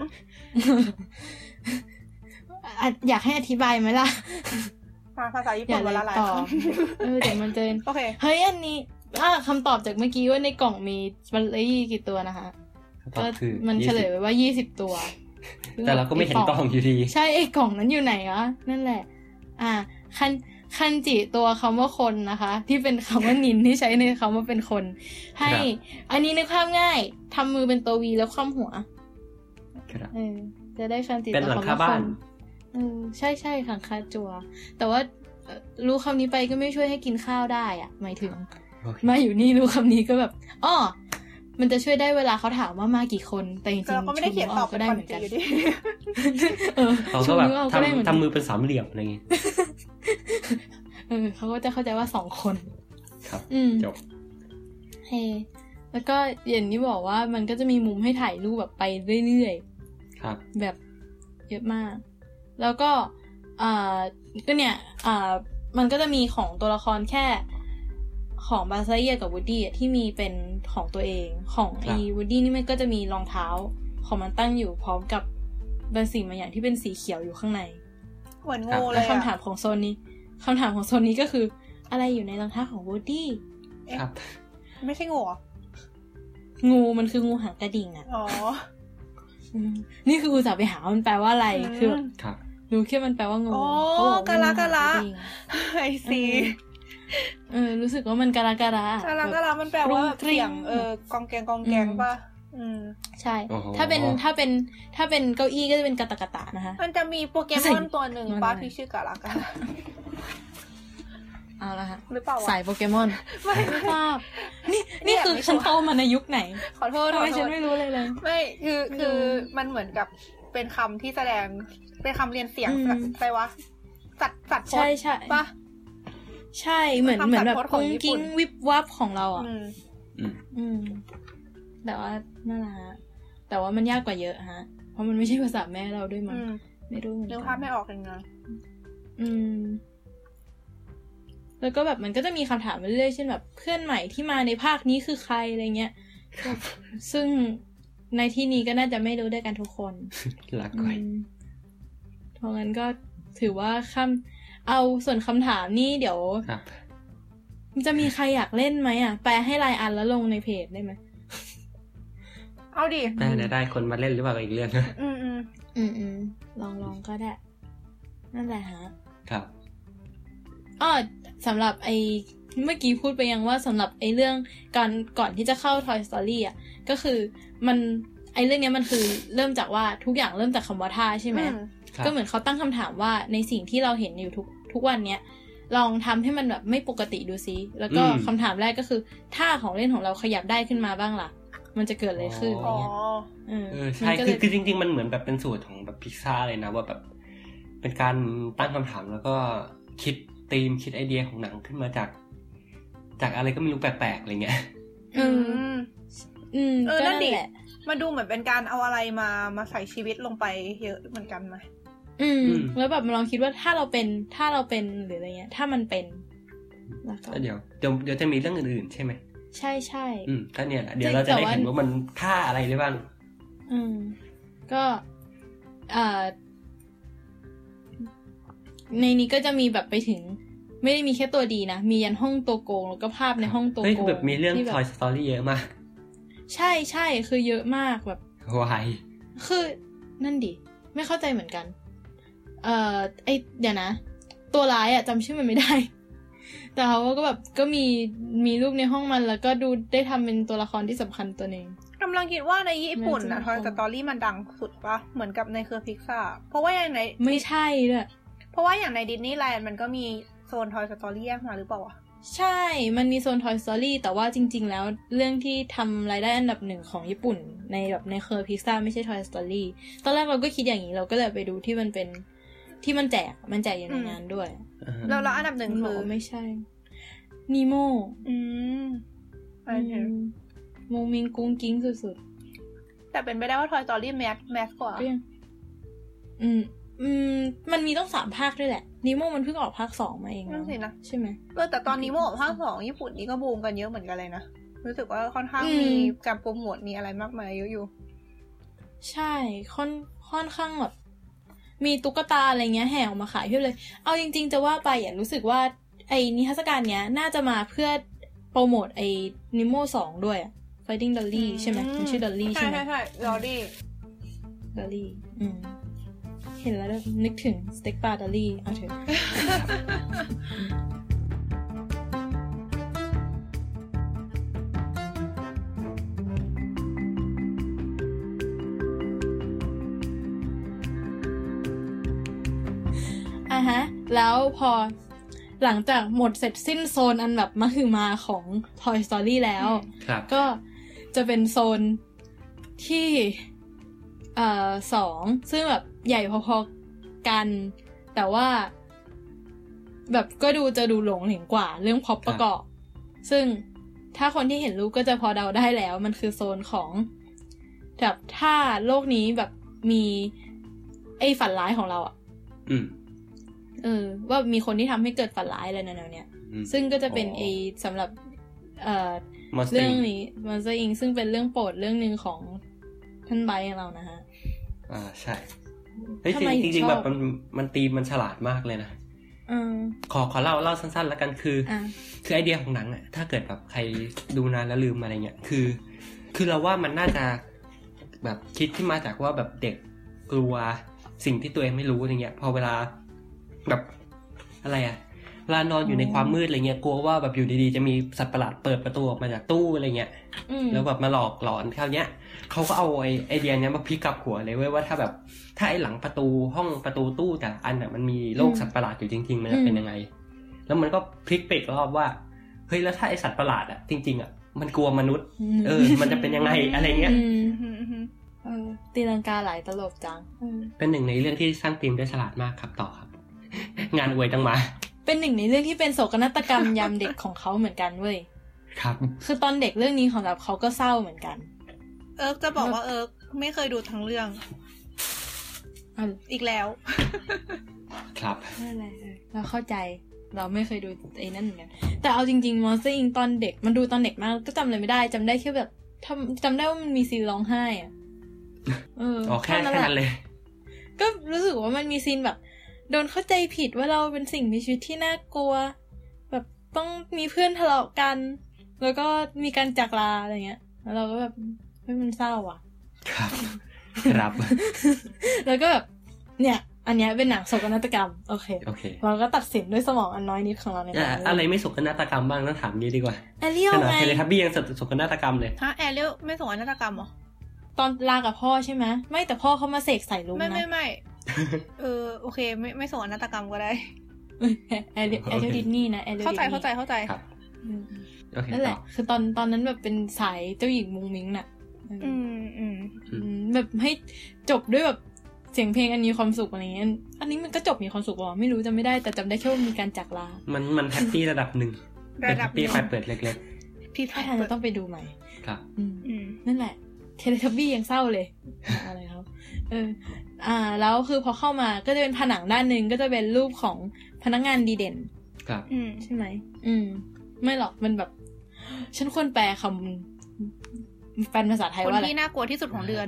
อยากให้อธิบายไหมล่ะภาษาญี่ปุ่นเวลาอะไรเออเดี๋ยวมันเจนโอเคเฮ้ยอันนี้อ่ะคำตอบจากเมื่อกี้ว่าในกล่องมีบัลลี่กี่ตัวนะคะก็มันเฉลยไว้ว่ายี่สิบตัวแต่เราก็ไม่เห็นกล่องอยู่ดีใช่ไอ้กล่องนั้นอยู่ไหนวะนั่นแหละอ่ะคันคันจิตัวคำว่าคนนะคะที่เป็นคำว่านินที่ใช้ในคำว่าเป็นคนให้อันนี้นึกภาพง่ายทำมือเป็นตัววีแล้วคว่ำหัวเออจะได้คันจิตัวคำว่าคนเออใช่ใช่ขังคาจัวแต่ว่ารู้คำนี้ไปก็ไม่ช่วยให้กินข้าวได้อ่ะหมายถึงมาอยู่นี่รู้คำนี้ก็แบบอ้อมันจะช่วยได้เวลาเขาถามว่ามากี่คนแต่จริงๆก็ไม่ได้เขียนตอบก็ได้เหมือนกันเออเขาก็แบบทำทำมือเป็นสามเหลี่ยมอะไรอย่างงี้เออเขาก็จะเข้าใจว่าสองคนครับจบเฮ้แล้วก็อย่างนี้บอกว่ามันก็จะมีมุมให้ถ่ายรูปแบบไปเรื่อยๆครับแบบเยอะมากแล้วก็อ่าก็เนี่ยอ่ามันก็จะมีของตัวละครแค่ของบัสไลเยียร์กับวูดดี้ที่มีเป็นของตัวเองของไอ้วูดดี้นี่มันก็จะมีรองเท้าของมันตั้งอยู่พร้อมกับบางสิ่งบางอย่างที่เป็นสีเขียวอยู่ข้างในเหมือนงูเลยแล้วคำถามของโซนนี้คำถามของโซนนี้ก็คืออะไรอยู่ในรองเท้าของวูดดี้ครับไม่ใช่งูอ่ะงูมันคืองูหางกระดิ่งอ่ะอ๋อนี่คืออุตส่าห์ไปหามันแปลว่าอะไรคือครับดูแค่มันแปลว่างูโอ้กะละกะละไอซีเออรู้สึกว่ามันกะละกะละกะละกะละมันแปลว่าเสียงเออกองแกงกองแกงป่ะอืมใช่ถ้าเป็นถ้าเป็นถ้าเป็นเก้าอี้ก็จะเป็นกะตะกะตะนะคะมันจะมีโปเกมอนตัวหนึ่งป่ะที่ชื่อกะละกะละเอาละค่ะหรือเปล่าสายโปเกมอนไม่ทราบนี่นี่คือฉันโตมาในยุคไหนขอโทษทำไมฉันไม่รู้เลยเลยไม่คือคือมันเหมือนกับเป็นคำที่แสดงเป็นคำเรียนเสียงใช่วะสัตว์สัตว์พจน์ปะใช่เหมือนเหมือนแบบกุ้งกิ้งวิบวับของเราอ่ะอืมแต่ว่านั่นแหละฮะแต่ว่ามันยากกว่าเยอะฮะเพราะมันไม่ใช่ภาษาแม่เราด้วยมั้งไม่รู้เหมือนกันนึกภาพไม่ออกเลยนะอืมแล้วก็แบบมันก็จะมีคำถามเรื่อยๆเช่นแบบเพื่อนใหม่ที่มาในภาคนี้คือใครอะไรเงี้ยซึ่งในที่นี้ก็น่าจะไม่รู้ด้วยกันทุกคนละก่อยเพราะงั้นก็ถือว่าคำเอาส่วนคำถามนี่เดี๋ยวจะมีใครอยากเล่นไหมอ่ะแปลให้รายอันแล้วลงในเพจได้ไหมเอาดิได้ได้ได้คนมาเล่นหรือเปล่าอีกเรื่องนะอืมอืมอืมอืมลองลองก็ได้นั่นแหละฮะครับอ๋อสำหรับไอ้เมื่อกี้พูดไปยังว่าสำหรับไอ้เรื่องการก่อนที่จะเข้า Toy Story อ่ะก็คือมันไอ้เรื่องนี้มันคือเริ่มจากว่าทุกอย่างเริ่มจากคำว่าท่าใช่ไหมก็เหมือนเขาตั้งคำถามว่าในสิ่งที่เราเห็นอยู่ทุกทุกวันเนี้ยลองทำให้มันแบบไม่ปกติดูซิแล้วก็คำถามแรกก็คือท่าของเล่นของเราขยับได้ขึ้นมาบ้างล่ะมันจะเกิดอะไรขึ้นอะไรเงี้ยเออใช่คือคือจริงๆมันเหมือนแบบเป็นสูตรของแบบพิซซ่าเลยนะว่าแบบเป็นการตั้งคำถามแล้วก็คิดธีมคิดไอเดียของหนังขึ้นมาจากจากอะไรก็ไม่รู้แปลกๆอะไรเงี้ยอืมอืมเออนั่นดิมาดูเหมือนเป็นการเอาอะไรมามาใส่ชีวิตลงไปเยอะเหมือนกันไหมอืมแล้วแบบลองคิดว่าถ้าเราเป็นถ้าเราเป็นหรืออะไรเงี้ยถ้ามันเป็นแล้วก็เดี๋ยวเดี๋ยวเดี๋ยวจะมีเรื่องอื่นๆใช่ไหมใช่ใช่อืมก็เนี่ยเดี๋ยวเราจะได้เห็นว่ามันท่าอะไรได้บ้างอืมก็อ่าในนี้ก็จะมีแบบไปถึงไม่ได้มีแค่ตัวดีนะมียันห้องตัวโกงแล้วก็ภาพในห้องตัวโกงเฮ้ยแบบมีเรื่อง Toy Story เยอะมากใช่ใช่คือเยอะมากแบบวายคือนั่นดิไม่เข้าใจเหมือนกันเอ่อไอเดี๋ยวนะตัวร้ายอ่ะจำชื่อมันไม่ได้แต่เขาก็แบบก็มีมีรูปในห้องมันแล้วก็ดูได้ทำเป็นตัวละครที่สำคัญตัวนึงกำลังคิดว่าในญี่ปุ่นนะ Toy Story มันดังสุดปะเหมือนกับในเครือพิกซ่าเพราะว่าอย่างในไม่ใช่ด้วยเพราะว่าอย่างในดิสนีย์แลนด์มันก็มีโซน Toy Story แยกมาหรือเปล่าวะใช่มันมีโซน Toy Story แต่ว่าจริงๆแล้วเรื่องที่ทำรายได้อันดับหนึ่งของญี่ปุ่นในแบบในเครือพิกซ่าไม่ใช่ Toy Story ตอนแรกเราก็คิดอย่างนี้เราก็เลยไปดูที่มันเป็นที่มันแจกมันแจกอยู่ในงานด้วยแล้วแล้วอันดับหนึ่งคือไม่ใช่นีโม่อืมไปเถอะมุงมิงกุ้งกิ้งสุดๆแต่เป็นไปได้ว่า Toy Story แมสแมสกว่าอืมอืมมันมีต้องสามภาคด้วยแหละนีโม่มันเพิ่งออกภาคสองมาเองนั่นสินะใช่ไหมเออแต่ตอนนีโม่ออกภาคสองญี่ปุ่นนี่ก็บูมกันเยอะเหมือนกันเลยนะรู้สึกว่าค่อนข้างมีการโปรโมทมีอะไรมากมายเยอะอยู่ใช่ค่อนค่อนข้างแบบมีตุ๊กตาอะไรเงี้ยแห่ออกมาขายเพียบเลยเอาจริงๆจะว่าไปอ่ะรู้สึกว่าไอ้นิทรรศการเนี้ยน่าจะมาเพื่อโปรโมทไอ้นิโม่สองด้วยอ่ะ Finding Dory ใช่ไหมมันชื่อ Dory ใช่ไหมใช่ใช่ Dory Dory อืมเห็นแล้วนึกถึงสเต็กปลา Dory เอาเถอะอ่ะฮะแล้วพอหลังจากหมดเสร็จสิ้นโซนอันแบบมหึมาของ Toy Story แล้วก็จะเป็นโซนที่เอ่อสองซึ่งแบบใหญ่พอๆกันแต่ว่าแบบก็ดูจะดูหลงเหลงกว่าเรื่องพ็อปประกอบซึ่งถ้าคนที่เห็นรูปก็จะพอเดาได้แล้วมันคือโซนของแบบถ้าโลกนี้แบบมีไอ้ฝันร้ายของเราอ่ะอืมเออว่ามีคนที่ทำให้เกิดฝันร้ายอะไรแนวๆเนี้ยซึ่งก็จะเป็นไอ้สำหรับเอ่อเรื่องนี้ Monster อิง ซึ่งเป็นเรื่องโปรดเรื่องนึงของท่านไบร์ของเรานะฮะอ่าใช่เฮ้ยจริงๆแบบมันมันตีมันฉลาดมากเลยนะอืมขอขอเล่าเล่าสั้นๆแล้วกันคือคือไอเดียของหนังอ่ะถ้าเกิดแบบใครดูนานแล้วลืมอะไรเงี้ยคือคือเราว่ามันน่าจะแบบคิดที่มาจากว่าแบบเด็กกลัวสิ่งที่ตัวเองไม่รู้อะไรเงี้ยพอเวลาแบบอะไรอะเวลานอนอยู่ในความมืดอะไรเงี้ยกลัวว่าแบบอยู่ดีๆจะมีสัตว์ประหลาดเปิดประตูออกมาจากตู้อะไรเงี้ยแล้วแบบมาหลอกหลอนคราวเนี้ยเขาก็เอาไอไอเดียเนี้ยมาพลิกกลับหัวเลยเว้ยว่าถ้าแบบถ้าไอหลังประตูห้องประตูตู้แต่อันน่ะมันมีโลกสัตว์ประหลาดอยู่จริงๆมันจะเป็นยังไงแล้วมันก็พลิกไปอีกรอบว่าเฮ้ยแล้วถ้าไอสัตว์ประหลาดอะจริงๆอะมันกลัวมนุษย์เออมันจะเป็นยังไงอะไรเงี้ยเออตีลังกาหลายตลบจังเป็นหนึ่งในเรื่องที่สร้างธีมได้ฉลาดมากครับต่อครับงานอวยตั้งมาเป็นหนึ่งในเรื่องที่เป็นโศกนาฏกรรมยามเด็กของเขาเหมือนกันเว้ยครับคือตอนเด็กเรื่องนี้ของเราเขาก็เศร้าเหมือนกันเอิร์กจะบอกว่าเอิร์กไม่เคยดูทั้งเรื่องอีกแล้วครับไม่อะไรเราเข้าใจเราไม่เคยดูไอ้นั่นเหมือนกันแต่เอาจริงๆ Monster อิง ตอนเด็กมันดูตอนเด็กมากก็จำอะไรไม่ได้จำได้แค่แบบจำได้ว่ามันมีซีนร้องไห้อ่ะเอออ๋อแค่แค่นั้นเลยก็รู้สึกว่ามันมีซีนแบบโดนเข้าใจผิดว่าเราเป็นสิ่งมีชีวิตที่น่ากลัวแบบต้องมีเพื่อนทะเลาะกันแล้วก็มีการจากลาอะไรเงี้ยแล้วเราก็แบบไม่มันเศร้าอ่ะครับครับแล้วก็แบบเนี่ยอันนี้เป็นหนังโศกนาฏกรรมโอเคโอเคเราก็ตัดสินด้วยสมองอันน้อยนิดของเราในนั้นอะไรไม่โศกนาฏกรรมบ้างต้องถามนี้ดีกว่าแอเรียลไงเทเลทับบี้ยังโศกนาฏกรรมเลยฮะแอเรียลไม่โศกนาฏกรรมหรอตอนลากับพ่อใช่ไหมไม่แต่พ่อเขามาเสกใส่ลุงนะไม่ไม่ไม่เออโอเคไม่ไม่โศกนาฏกรรมก็ได้แอเรียลแอเรียลดิสนีย์นะแอเรียลเข้าใจเข้าใจเข้าใจครับนั่นแหละคือตอนตอนนั้นแบบเป็นสายเจ้าหญิงมุงมิ้งน่ะอืมอืมแบบให้จบด้วยแบบเสียงเพลงอันมีความสุขอะไรเงี้ยอันนี้มันก็จบมีความสุขหรอไม่รู้จำไม่ได้แต่จำได้แค่ว่ามีการจากลามันมันแฮปปี้ระดับหนึ่งระดับปี้ไฟเปิดเล็กๆพี่ท่านจะต้องไปดูใหม่ครับอืมนั่นแหละเทเลทับบี้ยังเศร้าเลยอะไรครับเอออ่าแล้วคือพอเข้ามาก็จะเป็นผนังด้านนึงก็จะเป็นรูปของพนักงานดีเด่นครับใช่ไหมอืมไม่หรอกมันแบบฉันควรแปลคำแปลภาษาไทยว่าอะไรคนที่น่ากลัวที่สุดของเดือน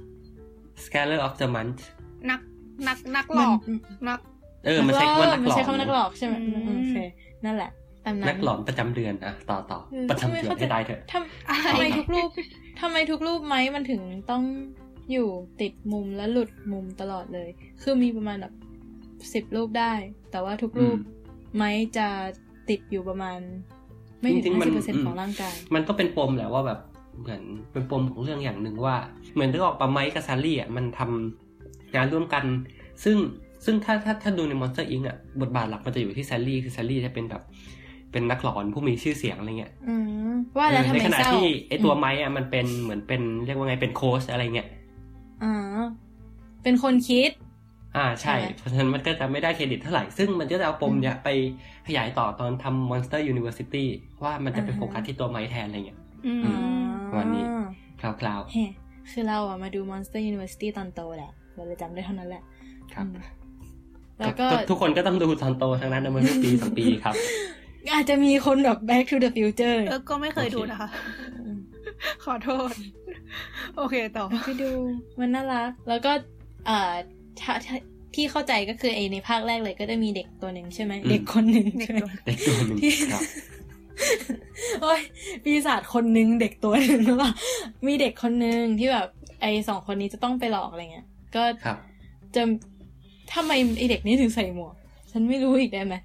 Scaler of the month นักนักนักหลอกนักเออมันใช้คำว่านักหลอกใช้คำนักหลอกใช่ไหมโอเคนั่นแหละตามนั้นนักหลอกประจำเดือนอ่ะต่อต่อประจำเดือนให้ได้เถอะทำทำไมทุกรูปทำไมทุกรูปไม้มันถึงต้องอยู่ติดมุมและหลุดมุมตลอดเลยคือมีประมาณแบบสิบรูปได้แต่ว่าทุกรูปไม้จะติดอยู่ประมาณไม่ถึง ห้าสิบเปอร์เซ็นต์ ของร่างกายมันก็เป็นปมแหละว่าแบบเหมือนเป็นปมของเรื่องอย่างหนึ่งว่าเหมือนที่ออกปะไม้กับซารี่อ่ะมันทำงานร่วมกันซึ่งซึ่งถ้าถ้าถ้าดูใน Monster อิง อ่ะบทบาทหลักมันจะอยู่ที่ซารี่คือซารี่จะเป็นแบบเป็นนักหลอนผู้มีชื่อเสียงอะไรเงี้ยอืมว่าแล้วทำไมเศร้าในขณะที่ไอตัวไม้อ่ะมันเป็นเหมือนเป็นเรียกว่าไงเป็นโค้ชอะไรเงี้ยอ๋อเป็นคนคิดอ่าใช่เพราะฉะนั้นมันก็จะไม่ได้เครดิตเท่าไหร่ซึ่งมันก็จะเอาปมเนี่ยไปขยายต่อตอนทำ Monster University ว่ามันจะไปโฟกัสที่ตัวไม้แทนอะไรเงี้ยวันนี้คร่าวๆคือเราอะมาดู Monster University ตอนโตแหละเราเลยจำได้เท่านั้นแหละครับแล้วก็ทุกคนก็ต้องดูตอนโตทั้งนั้นนะมันไม่ปีสองปีครับอาจจะมีคนแบบ Back to the Future เออก็ไม่เคยดูนะคะขอโทษโอเคต่อไปดูมันน่ารักแล้วก็อ่าที่เข้าใจก็คือไอในภาคแรกเลยก็จะมีเด็กตัวหนึ่งใช่ไหมเด็กคนหนึ่งเด็กตัวเด็กตัวหนึ่งครับโอ้ยปีศาจคนนึงเด็กตัวนึงหรือเปล่ามีเด็กคนนึงที่แบบไอสองคนนี้จะต้องไปหลอกอะไรเงี้ยก็จะทำไมไอเด็กนี้ถึงใส่หมวกฉันไม่รู้อีกได้ไหม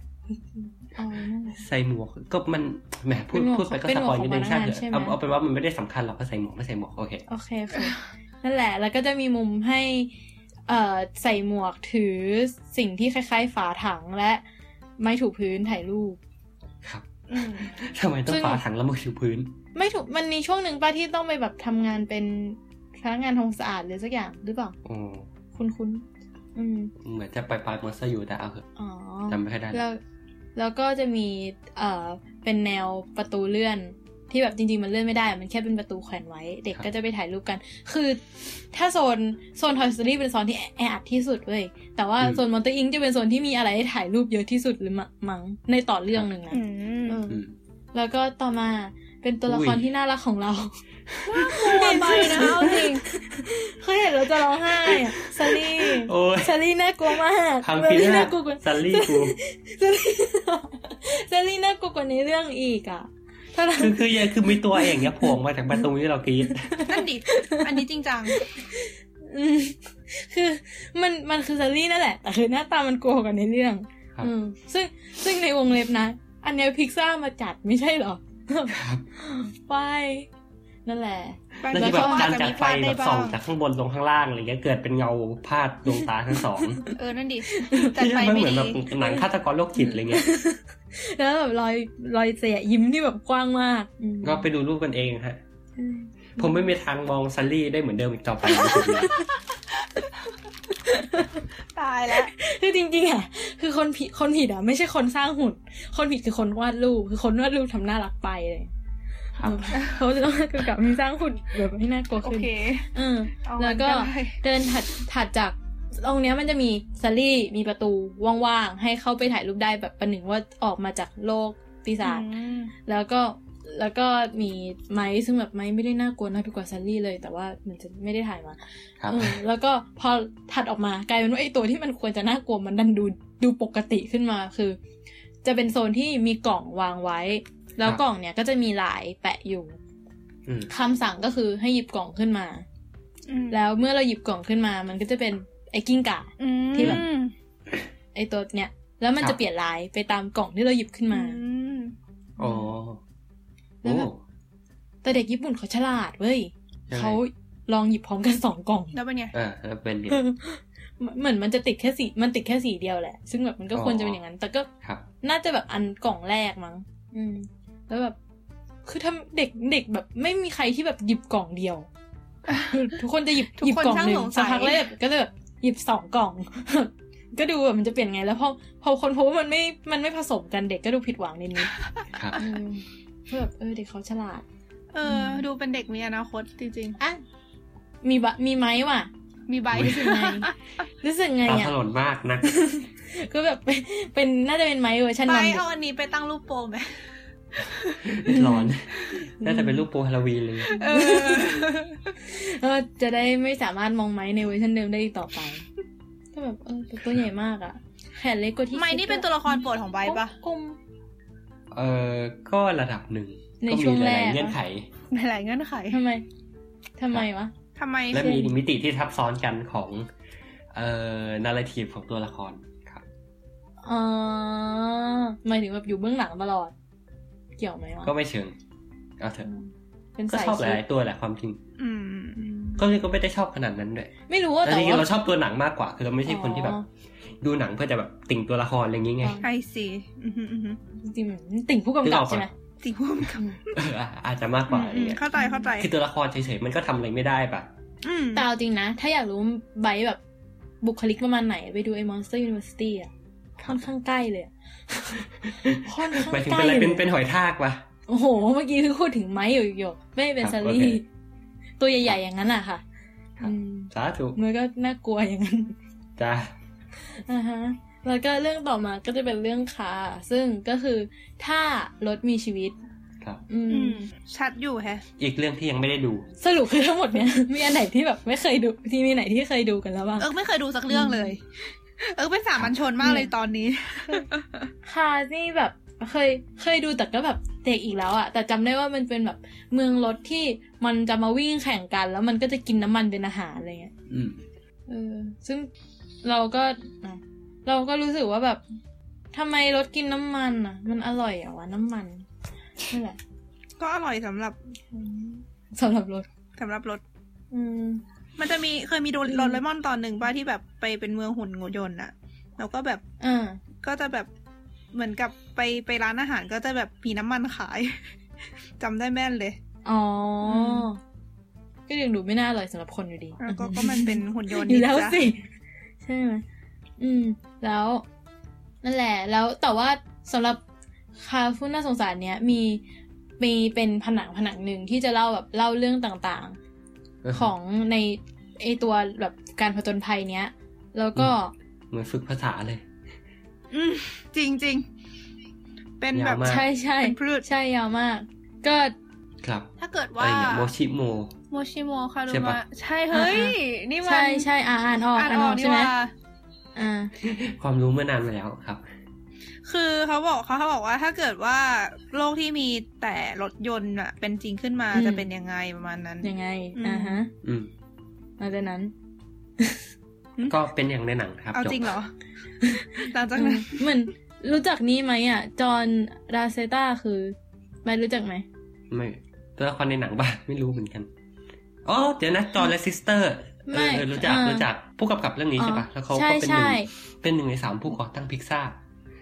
ใส่หมวกก็มันแหมพูดพูดไปก็สปอยนิดนึงใช่เอาเอาเป็นว่ามันไม่ได้สำคัญหรอกก็ใส่หมวกไม่ใส่หมวกโอเคโอเคค่ะนั่นแหละแล้วก็จะมีมุมให้เอ่อใส่หมวกถือสิ่งที่คล้ายๆฝาถังและไม้ถูพื้นถ่ายรูปครับทำไมต้องฝาถังแล้วไม้ถูพื้นไม่ถูมันมีช่วงหนึ่งป้าที่ต้องไปแบบทำงานเป็นพนักงานทำความสะอาดหรือสักอย่างหรือเปล่าอ๋อคุ้นๆอืมเหมือนจะไปปลายมอนสเตอร์อยู่แต่เอาเถอะอ๋อจำไม่ค่อยได้แล้วแล้วก็จะมีเอ่อเป็นแนวประตูเลื่อนที่แบบจริงๆมันเลื่อนไม่ได้มันแค่เป็นประตูแขวนไว้เด็กก็จะไปถ่ายรูปกันคือถ้าโซนโซน Toy Story เป็นโซนที่แออัดที่สุดเว้ยแต่ว่าโซน Monster อิง จะเป็นโซนที่มีอะไรให้ถ่ายรูปเยอะที่สุดหรือมั้งในต่อเรื่องนึงนะแล้วก็ต่อมาเป็นตัวละครที่น่ารักของเราน่ากลัวไปนะเอาจริงเคยเห็นเราจะร้องไห้อ่ะซัลลี่ซัลลี่น่ากลัวมากซัลลี่น่ากลัวกว่าซัลลี่กูซัลลี่น่ากลัวกว่าในเรื่องอีกอ่ะคือคือยังคือมีตัวเองเนี่ยโผล่มาจากประตูที่เรากรี๊ดนั่นดิอันนี้จริงจังคือมันมันคือซัลลี่นั่นแหละแต่คือหน้าตามันกลัวกว่าในเรื่องอืมซึ่งซึ่งในวงเล็บนะอันนี้พิกซ่ามาจัดไม่ใช่หรอไปนั่นแหละแล้วที่แบบการจัดไฟแบบส่องจากข้างบนลงข้างล่างอะไรเงี้ยเกิดเป็นเงาพาดดวงตาทั้งสองเออนั่นดิจัดไฟไม่ดีเหมือนแบบหนังฆาตกรโรคจิตอะไรเงี้ยแล้วแบบรอยรอยเสียยิ้มที่แบบกว้างมากก็ไปดูรูปกันเองฮะผมไม่มีทางมองซัลลี่ได้เหมือนเดิมอีกต่อไปตายแล้วคือจริงๆอ่ะคือคนผิดคนผิดอ่ะไม่ใช่คนสร้างหุ่นคนผิดคือคนวาดรูปคือคนวาดรูปทำน่ารักไปเลยครับเขาจะต้องกำกับให้สร้างหุ่นแบบให้น่ากลัวขึ้นเออแล้วก็เดินถัดถัดจากตรงเนี้ยมันจะมีซัลลี่มีประตูว่างๆให้เข้าไปถ่ายรูปได้แบบประหนึ่งว่าออกมาจากโลกปีศาจแล้วก็แล้วก็มีไม้ซึ่งแบบไม้ไม่ได้น่ากลัวน่ากลัวกว่าซัลลี่เลยแต่ว่ามันจะไม่ได้ถ่ายมาเออแล้วก็พอถัดออกมากลายเป็นว่าไอ้ตัวที่มันควรจะน่ากลัวมันดันดูดูปกติขึ้นมาคือจะเป็นโซนที่มีกล่องวางไว้แล้วกล่องเนี้ยก็จะมีลายแปะอยู่คำสั่งก็คือให้หยิบกล่องขึ้นมาแล้วเมื่อเราหยิบกล่องขึ้นมามันก็จะเป็นไอ้กิ้งก่าที่แบบไอ้ตัวเนี้ยแล้วมันจะเปลี่ยนลายไปตามกล่องที่เราหยิบขึ้นมาอ๋อแล้วแต่เด็กญี่ปุ่นเขาฉลาดเว้ยเขาลองหยิบพร้อมกันสองกล่องแล้วเป็นไงอ่าแล้วเป็นไงเหมือนมันจะติดแค่สีมันติดแค่สีเดียวแหละซึ่งแบบมันก็ควรจะเป็นอย่างนั้นแต่ก็น่าจะแบบอันกล่องแรกมั้งอืมแล้วแบบคือถ้าเด็กเด็กแบบไม่มีใครที่แบบหยิบกล่องเดียวทุกคนจะหยิบหยิบกล่องนึงสักพักแล้วก็จะแบบหยิบสองกล่องก็ดูแบบมันจะเปลี่ยนไงแล้วพอพอคนพบว่ามันไม่มันไม่ผสมกันเด็กก็ดูผิดหวังนิดนิดครับเพื่อแบบเออเด็กเขาฉลาดเออดูเป็นเด็กมีอนาคตจริงๆอ่ะมีบะมีไม้ว่ะมีใบรู้สึกไงรู้สึกไงอ่ะตาถลนมากนะก็แบบเป็นน่าจะเป็นไม้เวอร์ชันนั้นไปเอาอันนี้ไปตั้งรูปโปไหมร้อนน่าจะเป็นรูปโปฮาโลวีนเลยเออจะได้ไม่สามารถมองไม้ในเวอร์ชันเดิมได้อีกต่อไปก็แบบเออตัวใหญ่มากอ่ะแขนเล็กกว่าที่ไม้นี่เป็นตัวละครโปรดของใบปะเออก็ระดับหนึ่งก็มีหลายเงื่อนไขหลายเงื่อนไขทำไมทำไมวะทำไมและมีมิติที่ทับซ้อนกันของเอ่อนาร์ทีฟของตัวละครครับอ๋อหมายถึงแบบอยู่เบื้องหลังตลอดเกี่ยวไหมวะก็ไม่เชิงเอาเถอะก็ชอบหลายๆตัวแหละความจริงก็เลยก็ไม่ได้ชอบขนาดนั้นด้วยไม่รู้ว่าแต่จริงๆเราชอบตัวหนังมากกว่าคือเราไม่ใช่คนที่แบบดูหนังเพื่อจะแบบติ่งตัวละครอะไรอย่างเงี้ยไอซีจริงๆติ่งผู้กำกับใช่ไหมติ่งผู้กำกับอาจจะมากกว่าอะไรเงี้ยเข้าใจเข้าใจคือตัวละครเฉยๆมันก็ทำอะไรไม่ได้ป่ะแต่เอาจริงนะถ้าอยากรู้ไบร์ทแบบบุคลิกประมาณไหนไปดูไอ้ Monster University อ่ะค่อนข้างใกล้เลยค่อนข้างใกล้เลยเป็นเป็นหอยทากป่ะโอ้โหเมื่อกี้เพิ่งพูดถึงไม้อยู่หยกไม่เป็นซัลลี่ตัวใหญ่ๆอย่างนั้นอ่ะค่ะสาธุมันก็น่ากลัวอย่างนั้นจ้าอ่าฮะแล้วก็เรื่องต่อมาก็จะเป็นเรื่องคาซึ่งก็คือถ้ารถมีชีวิตครับอืมชัดอยู่แฮะอีกเรื่องที่ยังไม่ได้ดูสรุปคือทั้งหมดเนี้ยมีอันไหนที่แบบไม่เคยดูที่มีไหนที่เคยดูกันแล้วบ้างเออไม่เคยดูสักเรื่องเลยเออเป็นสามัญชนมากเลยตอนนี้คานี่แบบเคยเคยดูแต่ก็แบบเด็กอีกแล้วอะแต่จำได้ว่ามันเป็นแบบเมืองรถที่มันจะมาวิ่งแข่งกันแล้วมันก็จะกินน้ำมันเป็นอาหารอะไรเงี้ยอืมเออซึ่งเราก็เราก็รู้สึกว่าแบบทำไมรถกินน้ำมันอะมันอร่อยอะวะน้ำมันนี่แหละก็อร่อยสำหรับสำหรับรถสำหรับรถอืมมันจะมีเคยมีโดนโดเรมอนตอนหนึ่งป่ะที่แบบไปเป็นเมืองหุ่นยนต์อะแล้วก็แบบอ่าก็จะแบบเหมือนกับไปไปร้านอาหารก็จะแบบมีน้ำมันขายจำได้แม่นเลยอ๋อก็ยังดูไม่น่าอร่อยสำหรับคนอยู่ดีก็ก็มันเป็นหุ่นยนต์อยู่แล้วสิใช่ไหมอืมแล้วนั่นแหละแล้วแต่ว่าสำหรับคาฟูน่าสงสารเนี้ยมีมีเป็นผนังผนังหนึ่งที่จะเล่าแบบเล่าเรื่องต่างๆของในไอตัวแบบการผจญภัยเนี้ยแล้วก็เหมือนฝึกภาษาเลยอืมจริงจริงเป็นแบบใช่ใช่ใช่ยาวมากก็ครับถ้าเกิดว่าโมชิโมโมชิโมคารุมะใช่เฮ้ยนี่มันใช่ใช่อ่านออกอ่านออกใช่ไหมอ่าความรู้เมื่อนานมาแล้วครับคือเขาบอกเขาเขาบอกว่าถ้าเกิดว่าโลกที่มีแต่รถยนต์อะเป็นจริงขึ้นมาจะเป็นยังไงประมาณนั้นยังไงอ่าฮะอืมหลังจากนั้นก็เป็นอย่างในหนังครับเอาจริงเหรอหลังจากนั้นเหมือนรู้จักนี้ไหมอ่ะจอห์นราเซต้าคือไม่รู้จักไหมไม่ตัวละครในหนังบ้าไม่รู้เหมือนกันอ๋อเดี๋ยวนะจอห์นและซิสเตอร์เออรู้จักรู้จักผู้กำกับเรื่องนี้ใช่ปะแล้วเขาก็เป็นหนึ่งเป็นหนึ่งในสามผู้ก่อตั้งพิกซ่า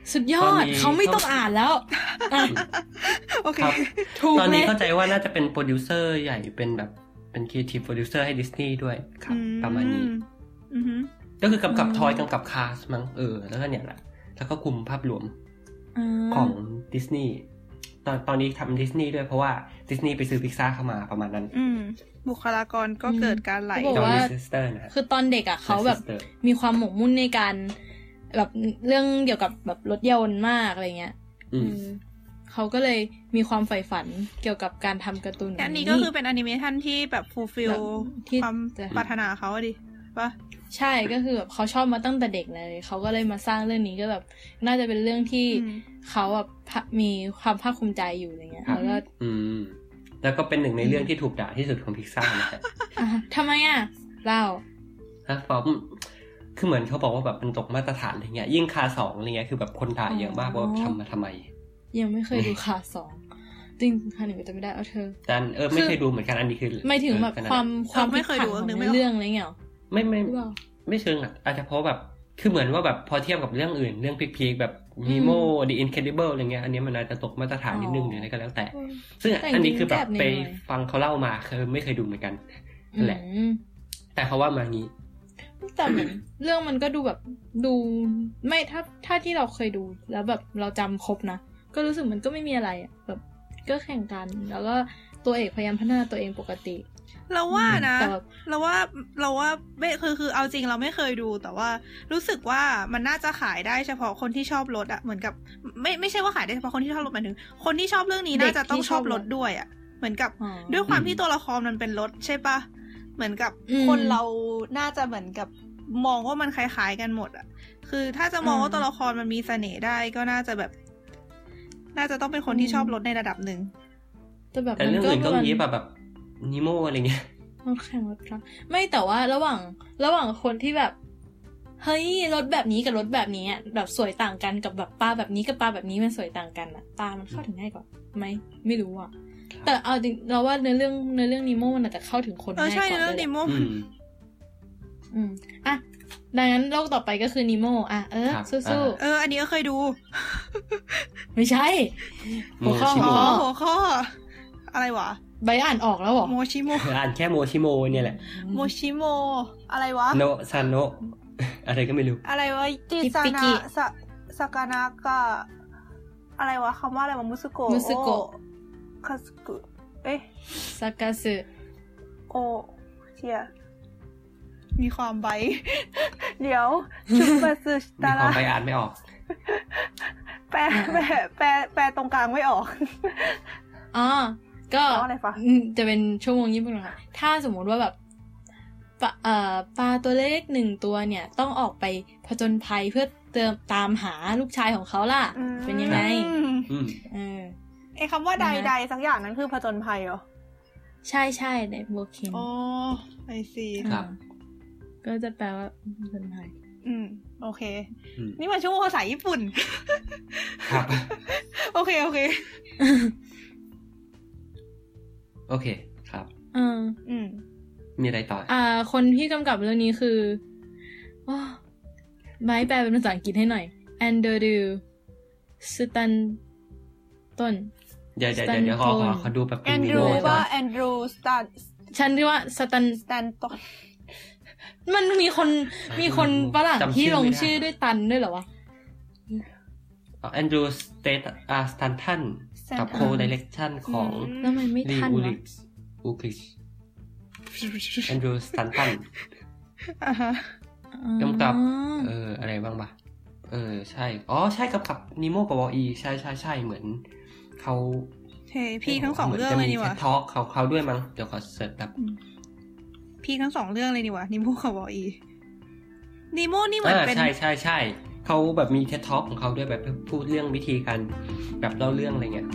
สุดยอดเขาไม่ต้องอ่านแล้วโอเคถูกตอนนี้เข้าใจว่าน่าจะเป็นโปรดิวเซอร์ใหญ่เป็นแบบเป็นครีเอทีฟโปรดิวเซอร์ให้ดิสนีย์ด้วยครับประมาณนี้ก็คือกำกับทอยกำกับคาสมั้งเออแล้วก็เนี่ยแหละแล้วก็คุมภาพรวมของดิสนีย์ตอนตอนนี้ทำดิสนีย์ด้วยเพราะว่าดิสนีย์ไปซื้อพิกซ่าเข้ามาประมาณนั้นบุคลากรก็เกิดการไหลจอห์นซิสเตอร์นะคือตอนเด็กอ่ะเขาแบบมีความหมกมุ่นในการแบบเรื่องเกี่ยวกับแบบรถยนต์มากอะไรเงี้ยเขาก็เลยมีความใฝ่ฝันเกี่ยวกับการทำการ์ตูนอันนี้ก็คือเป็นแอนิเมชันที่แบบฟูลฟิลความปรารถนาเขาดิป่ะใช่ก็คือแบบเขาชอบมาตั้งแต่เด็กเลยเขาก็เลยมาสร้างเรื่องนี้ก็แบบน่าจะเป็นเรื่องที่เขาแบบมีความภาคภูมิใจอยู่อะไรเงี้ยแล้วก็อืมแล้วก็เป็นหนึ่งในเรื่องที่ถูกด่าที่สุดของพิกซ่านะครับทำไมอ่ะเล่าครับผมคือเหมือนเขาบอกว่าแบบมันตกมาตรฐานอะไรเงี้ยยิ่งคาสองอะไรเงี้ยคือแบบคนด่าเยอะมากว่าทำมาทำไมยังไม่เคยดูคาสองจริงคาหนึ่งก็จะไม่ได้เอาเธอแต่เออไม่เคยดูเหมือนกันอันนี้คือไม่ถึงแบบความความไม่เคยดูเรื่องอะไรเงี้ยไม่ไม่ไม่เชิงอ่ะอาจจะเพราะแบบคือเหมือนว่าแบบพอเทียบกับเรื่องอื่นเรื่องพีคๆแบบNemo The Incredible อะไรเงี้ยอันนี้มันอาจจะตกมาตรฐานนิดนึงหรืออะไรก็แล้วแต่ซึ่งอันนี้คือแบบไปฟังเขาเล่ามาคือไม่เคยดูเหมือนกันนั่นแหละแต่เขาว่ามางี้แต่เหมือนเรื่องมันก็ดูแบบดูไม่ถ้าถ้าที่เราเคยดูแล้วแบบเราจำครบนะก็รู้สึกมันก็ไม่มีอะไรอ่ะแบบก็แข่งกันแล้วก็ตัวเอกพยายามพัฒนาตัวเองปกติเราว่านะเราว่าเราว่าไม่คือคือเอาจริงเราไม่เคยดูแต่ว่ารู้สึกว่ามันน่าจะขายได้เฉพาะคนที่ชอบรถอะเหมือนกับไม่ไม่ใช่ว่าขายได้เฉพาะคนที่ชอบรถหมายถึงคนที่ชอบเรื่องนี้น่าจะต้องชอบรถด้วยอะเหมือนกับด้วยความที่ตัวละครมันเป็นรถใช่ปะเหมือนกับคนเราน่าจะเหมือนกับมองว่ามันคล้ายๆกันหมดอะคือถ้าจะมองว่าตัวละครมันมีเสน่ห์ได้ก็น่าจะแบบน่าจะต้องเป็นคนที่ชอบรถในระดับหนึ่งแต่แบบแต่เรื่องอื่นก็งี้แบบแบบนิโมอะไรเงี้ยรถแข่งรถครับไม่แต่ว่าระหว่างระหว่างคนที่แบบเฮ้ยรถแบบนี้กับรถแบบนี้แบบสวยต่างกันกับแบบปลาแบบนี้กับปลาแบบนี้มันสวยต่างกันอะปลามันเข้าถึงง่ายกว่าไหมไม่รู้อะแต่เอาจริงเราว่าในเรื่องในเรื่องนิโมมันอาจจะเข้าถึงคนง่ายกว่าเลยเออใช่เรื่องนิโมอืมอ่ะดังนั้นโลกต่อไปก็คือนิโมอ่ะเออสู้ๆเอออันนี้ก็เคยดูไม่ใช่หัวข้อหัวข้ออะไรวะใบอ่านออกแล้วหรอโมชิโมอ่านแค่โมชิโมเนี่ยแหละโมชิโมอะไรวะโนซันโนอะไรก็ไม่รู้อะไรวะจิซานะสะสากานากะอะไรวะคำว่าอะไรวะมุสุโกะมุสุโกะคาสึกุเอ๊ะซากาสึโอเชียมีความใบเดี๋ยวชุบมาซึตาระมีความใบอ่านไม่ออกแปลแปลแปลแปลตรงกลางไม่ออกอ๋อก็จะเป็นชั่วโมงยี่สิบนาทีถ้าสมมติว่าแบบปลาเอ่อปลาตัวเล็กหนึ่งตัวเนี่ยต้องออกไปผจญภัยเพื่อเติมตามหาลูกชายของเขาล่ะเป็นยังไงเออไอ้คำว่าใดๆสักอย่างนั้นคือผจญภัยเหรอใช่ใช่ในโบคินอ๋อไอซีครับก็จะแปลว่าผจญภัยอืมโอเคนี่มันชั่วโมงภาษาญี่ปุ่นครับโอเคโอเคโอเคครับอืมอืมมีอะไรต่ออ่าคนที่กำกับเรื่องนี้คือว้าไม้แปลเป็นภาษาอังกฤษให้หน่อย Andrew Stanton เดี๋ยวเดี๋ยวเดี๋ยวขอขอดูแบบเป็นวิดีโอว่า Andrew Stan ฉันเรียกว่า Stan Stanton มันมีคนมีคนฝรั่งที่ลงชื่อด้วยตันด้วยเหรอวะ Andrew Stanton กับ co-direction ของแล้วมันไม่ทันวะอูคลิชแอนดรูว์สตันตันกำกับเอออะไรบ้างปะเออใช่อ๋อใช่กับกับนิโมกับวออีใช่ใช่ใช่เหมือนเขาเฮ้พี่ทั้งสองเรื่องเลยนี่วะทอล์กเขาเขาด้วยมั้งเดี๋ยวขอเสิร์ชแบบพี่ทั้งสองเรื่องเลยนี่วะนิโมกับวออีนิโมนี่เหมือนเป็นใช่ใช่ใช่เขาแบบมีเทสท็อกของเขาด้วยแบบพูดเรื่องวิธีการแบบเล่าเรื่องอะไรเงี้ย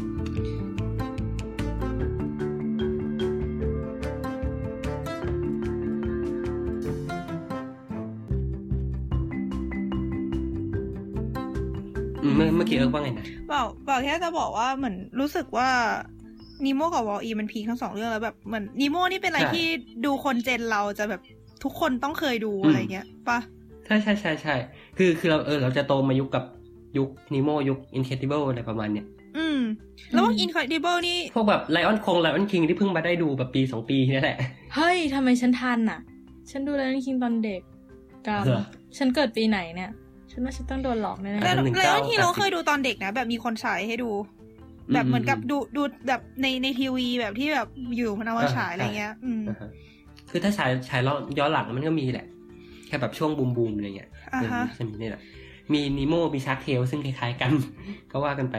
เมื่อเมื่อกี้เอิร์กว่าไงนะบอกบอกแค่จะบอกว่าเหมือนรู้สึกว่านีโม่กับวอลอีมันพีคทั้งสองเรื่องแล้วแบบเหมือนนีโม่นี่เป็นอะไรที่ดูคนเจนเราจะแบบทุกคนต้องเคยดูอะไรเงี้ยป่ะใช่ใช่ใช่ใช่คือคือเราเออเราจะโตมายุคกับยุคนีโม่ยุค Incredible อะไรประมาณเนี้ยอืมแล้วพวก Incredible นี่พวกแบบ Lion King Lion King ที่เพิ่งมาได้ดูแบบปีสองปีนี่แหละเฮ้ยทำไมฉันทันน่ะฉันดู Lion King ตอนเด็กกับฉันเกิดปีไหนเนี่ยฉันว่าฉันต้องโดนหลอกแน่ๆ Lion King เราเคยดูตอนเด็กนะแบบมีคนฉายให้ดูแบบเหมือนกับดูดูแบบในในทีวีแบบที่แบบอยู่พนาวฉายอะไรเงี้ยอืมคือถ้าฉายฉายย้อนหลังมันก็มีแหละแค่แบบช่วงบูมๆอะไรเงี้ยจะมีนี่แหละมีนีโม่มีชาร์คเทลซึ่งคล้ายๆกันก็ว่ากันไป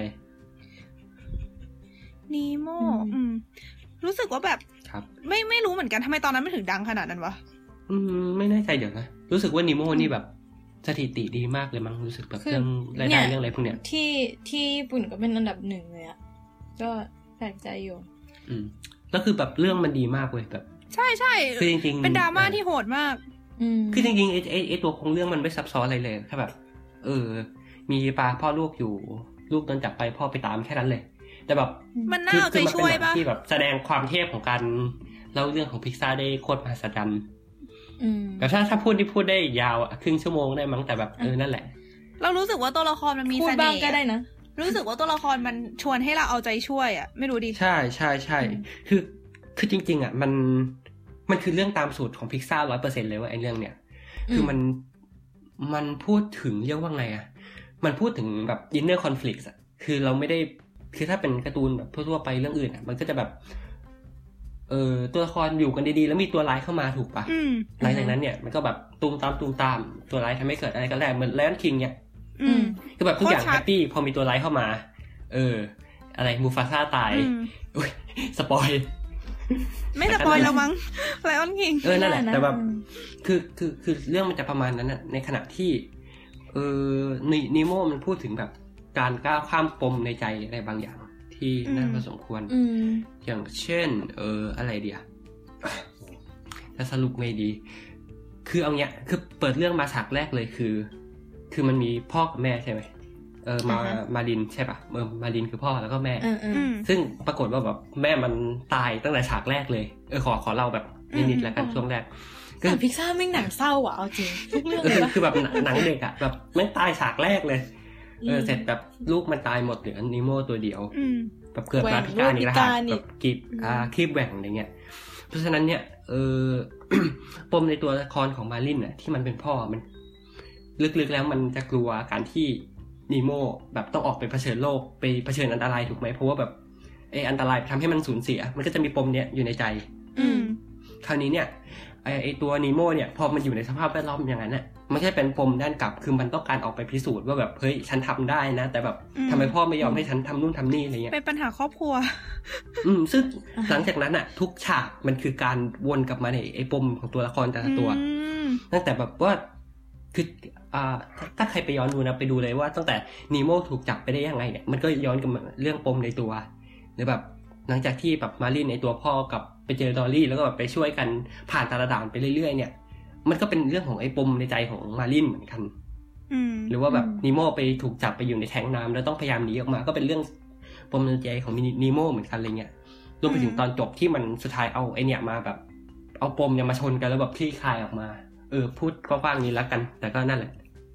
นีโม่อืมรู้สึกว่าแบบไม่ไม่รู้เหมือนกันทำไมตอนนั้นไม่ถึงดังขนาดนั้นวะอืมไม่แน่ใจเดี๋ยวนะรู้สึกว่านีโม่นี่แบบสถิติดีมากเลยมั้งรู้สึกแบบเรื่องรายได้เรื่องอะไรพวกเนี้ยที่ที่ญี่ปุ่นก็เป็นอันดับหนึ่งเลยอ่ะก็แปลกใจอยู่อืมแล้วคือแบบเรื่องมันดีมากเลยแบบใช่ใช่คือจริงๆเป็นดราม่าที่โหดมากคือจริงๆไอ้ไอ้ไอ้ตัวของเรื่องมันไม่ซับซ้อนอะไรเลยแค่แบบเออมีปลาพ่อลูกอยู่ลูกโดนจับไปพ่อไปตามแค่นั้นเลยแต่แบบมันน่าเอาใจช่วยป่ะที่แบบแสดงความเทพของการเล่าเรื่องของพิกซ่าได้โคตรมหัศจรรย์แต่ถ้าถ้าพูดที่พูดได้ยาวอ่ะครึ่งชั่วโมงได้มั้งแต่แบบเออนั่นแหละเรารู้สึกว่าตัวละครมันมีเสน่ห์พูดบ้างก็ได้นะรู้สึกว่าตัวละครมันชวนให้เราเอาใจช่วยอ่ะไม่รู้ดิใช่ใช่ใช่คือคือจริงๆอ่ะมันมันคือเรื่องตามสูตรของพิกซ่า ร้อยเปอร์เซ็นต์ เลยว่าไอ้เรื่องเนี้ยคือมันมันพูดถึงเรื่องว่าไงอ่ะมันพูดถึงแบบ inner conflict อ่ะคือเราไม่ได้คือถ้าเป็นการ์ตูนแบบทั่วๆไปเรื่องอื่นอ่ะมันก็จะแบบเออตัวละครอยู่กันดีๆแล้วมีตัวร้ายเข้ามาถูกปะหลังจากนั้นเนี่ยมันก็แบบตุ้มตามตุ้มตามตัวร้ายทำให้เกิดอะไรก็แล้วเหมือน Lion King เนี่ยคือแบบทุกอย่างแฮปปี้พอมีตัวร้ายเข้ามาเอออะไรมูฟาซ่าตายอุ้ยสปอยไม่สปอยแล้วมั้ง Lion King เออนั่นแหละแต่แบบคือคือคือเรื่องมันจะประมาณนั้นน่ะในขณะที่เออนีโม่มันพูดถึงแบบการก้าวข้ามปมในใจอะไรบางอย่างที่น่าพอสมควรอย่างเช่นเอออะไรเดียวจะสรุปไงดีคือเอาเนี้ยคือเปิดเรื่องมาฉากแรกเลยคือคือมันมีพ่อกับแม่ใช่ไหมเออมามารินใช่ป่ะเออมารินคือพ่อแล้วก็แม่ซึ่งปรากฏว่าแบบแม่มันตายตั้งแต่ฉากแรกเลยเออขอขอเล่าแบบนิดๆแล้วกันช่วงแรกแต่พิกซ่าไม่หนังเศร้าอ่ะเอาจริงทุกเรื่องเลยคือแบบหนังเด็กอ่ะแบบไม่ตายฉากแรกเลยเออเสร็จแบบลูกมันตายหมดเหลือนีโม่ตัวเดียวแบบเกิดมาพิการอีกแล้วแบบกีบอ่าคีบแหว่งอะไรเงี้ยเพราะฉะนั้นเนี่ยเออ ปมในตัวละครของมารินน่ะที่มันเป็นพ่อมันลึกๆแล้วมันจะกลัวการที่นีโม่แบบต้องออกไปเผชิญโลกไปเผชิญอันตรายถูกไหมเพราะว่าแบบไอ้อันตรายทำให้มันสูญเสียมันก็จะมีปมเนี้ยอยู่ในใจอืมคราวนี้เนี่ยไอ้ไอ้ตัวนีโม่เนี่ยพอมันอยู่ในสภาพแวดล้อมอย่างนั้นน่ะไม่ใช่เป็นปมด้านกลับคือมันต้องการออกไปพิสูจน์ว่าแบบเฮ้ยฉันทำได้นะแต่แบบทำไมพ่อไม่ยอมให้ฉันทำนู่นทำนี่อะไรเงี้ยเป็นปัญหาครอบครัวอืมซึ่งหลังจากนั้นอ่ะทุกฉากมันคือการวนกลับมาในไอ้ปมของตัวละครแต่ละตัวตั้งแต่แบบว่าคืออ่าถ้าใครไปย้อนดูนะไปดูเลยว่าตั้งแต่นีโม่ถูกจับไปได้ยังไงเนี่ยมันก็ย้อนกลับมาเรื่องปมในตัวหรือแบบหลังจากที่แบบมารินในตัวพ่อกับไปเจอดอลลี่แล้วก็แบบไปช่วยกันผ่านแต่ละด่านไปเรื่อยๆเนี่ยมันก็เป็นเรื่องของไอ้ปมในใจของมารินเหมือนกันหรือว่าแบบนีโม่ไปถูกจับไปอยู่ในแท้งน้ำแล้วต้องพยายามหนีออกมาก็เป็นเรื่องปมในใจของนีโม่เหมือนกันอะไรเงี้ยรวมไปถึงตอนจบที่มันสุดท้ายเอาไอ้เนี่ยมาแบบเอาปมเนี่ยมาชนกันแล้วแบบคลี่คลายออกมาเออพูดกว้างๆนี้แล้วกันแต่ก็นั่นแหละ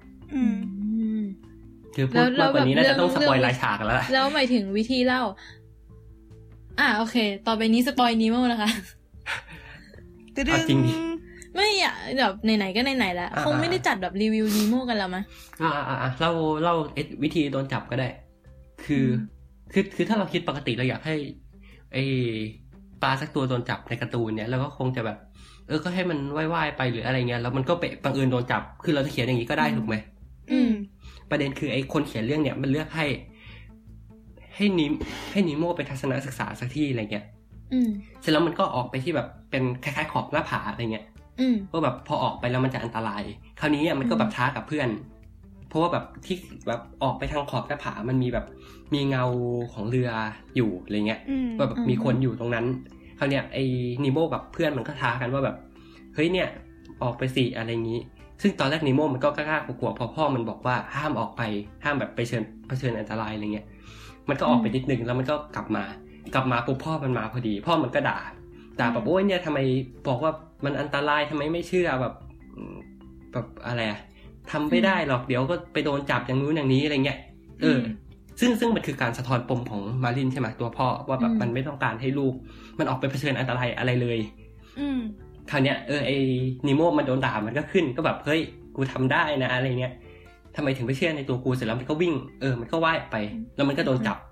คือพูดมากกว่านี้น่าจะต้องสปอยล์รายฉากแล้วแล้วหมายถึงวิธีเล่าอ่ะโอเคต่อไปนี้สปอยนีโม่นะคะจริงดิไม่อ่ะแบบไหนๆก็ไหนๆแล้วคงไม่ได้จัดแบบรีวิวนีโม่กันแล้วมั้ยอ่าๆๆเราเล่าวิธีโดนจับก็ได้คือคือคือถ้าเราคิดปกติเราอยากให้ไอ้ปลาสักตัวโดนจับในการ์ตูนเนี่ยเราก็คงจะแบบเออก็ให้มันว่ายๆไปหรืออะไรเงี้ยแล้วมันก็ไปบังเอิญโดนจับคือเราจะเขียนอย่างนี้ก็ได้ถูกไหมอืมประเด็นคือไอ้คนเขียนเรื่องเนี่ยมันเลือกให้ให้นิมให้นิโม่ไปทัศนศึกษาสักที่อะไรเงี้ยเสร็จแล้วมันก็ออกไปที่แบบเป็นคล้ายๆขอบหน้าผาอะไรเงี้ยว่าแบบพอออกไปแล้วมันจะอันตรายคราวนี้มันก็แบบท้ากับเพื่อนเพราะว่าแบบที่แบบออกไปทางขอบหน้าผามันมีแบบมีเงาของเรืออยู่อะไรเงี้ยว่าแบบมีคนอยู่ตรงนั้นคราวเนี้ยไอ้นิโม่แบบเพื่อนมันก็ท้ากันว่าแบบเฮ้ยเนี่ยออกไปสิอะไรงี้ซึ่งตอนแรกนิโม่มันก็กล้ากลัวๆพอพ่อมันบอกว่าห้ามออกไปห้ามแบบไปเชิญเผชิญอันตรายอะไรเงี้ยมันก็ออกไปนิดนึงแล้วมันก็กลับมากลับมาปุ๊บพ่อมันมาพอดีพ่อมันก็ด่าด่าแบบโอ้ยเนี่ยทำไมบอกว่ามันอันตรายทำไมไม่เชื่อแบบแบบอะไรอะทำไม่ได้หรอกเดี๋ยวก็ไปโดนจับอย่างนู้นอย่างนี้อะไรเงี้ยเออซึ่งซึ่งมันคือการสะท้อนปมของมารินใช่ไหมตัวพ่อว่าแบบมันไม่ต้องการให้ลูกมันออกไปเผชิญอันตรายอะไรเลยอืมคราวเนี้ยเออไอ้นิโมมันโดนด่ามันก็ขึ้นก็แบบเฮ้ยกูทำได้นะอะไรเงี้ยทำไมถึงไม่เชื่อในตัวกูเสร็จแล้วมันก็วิ่งเออมันก็ว่ายไปแล้วมันก็โดนจับ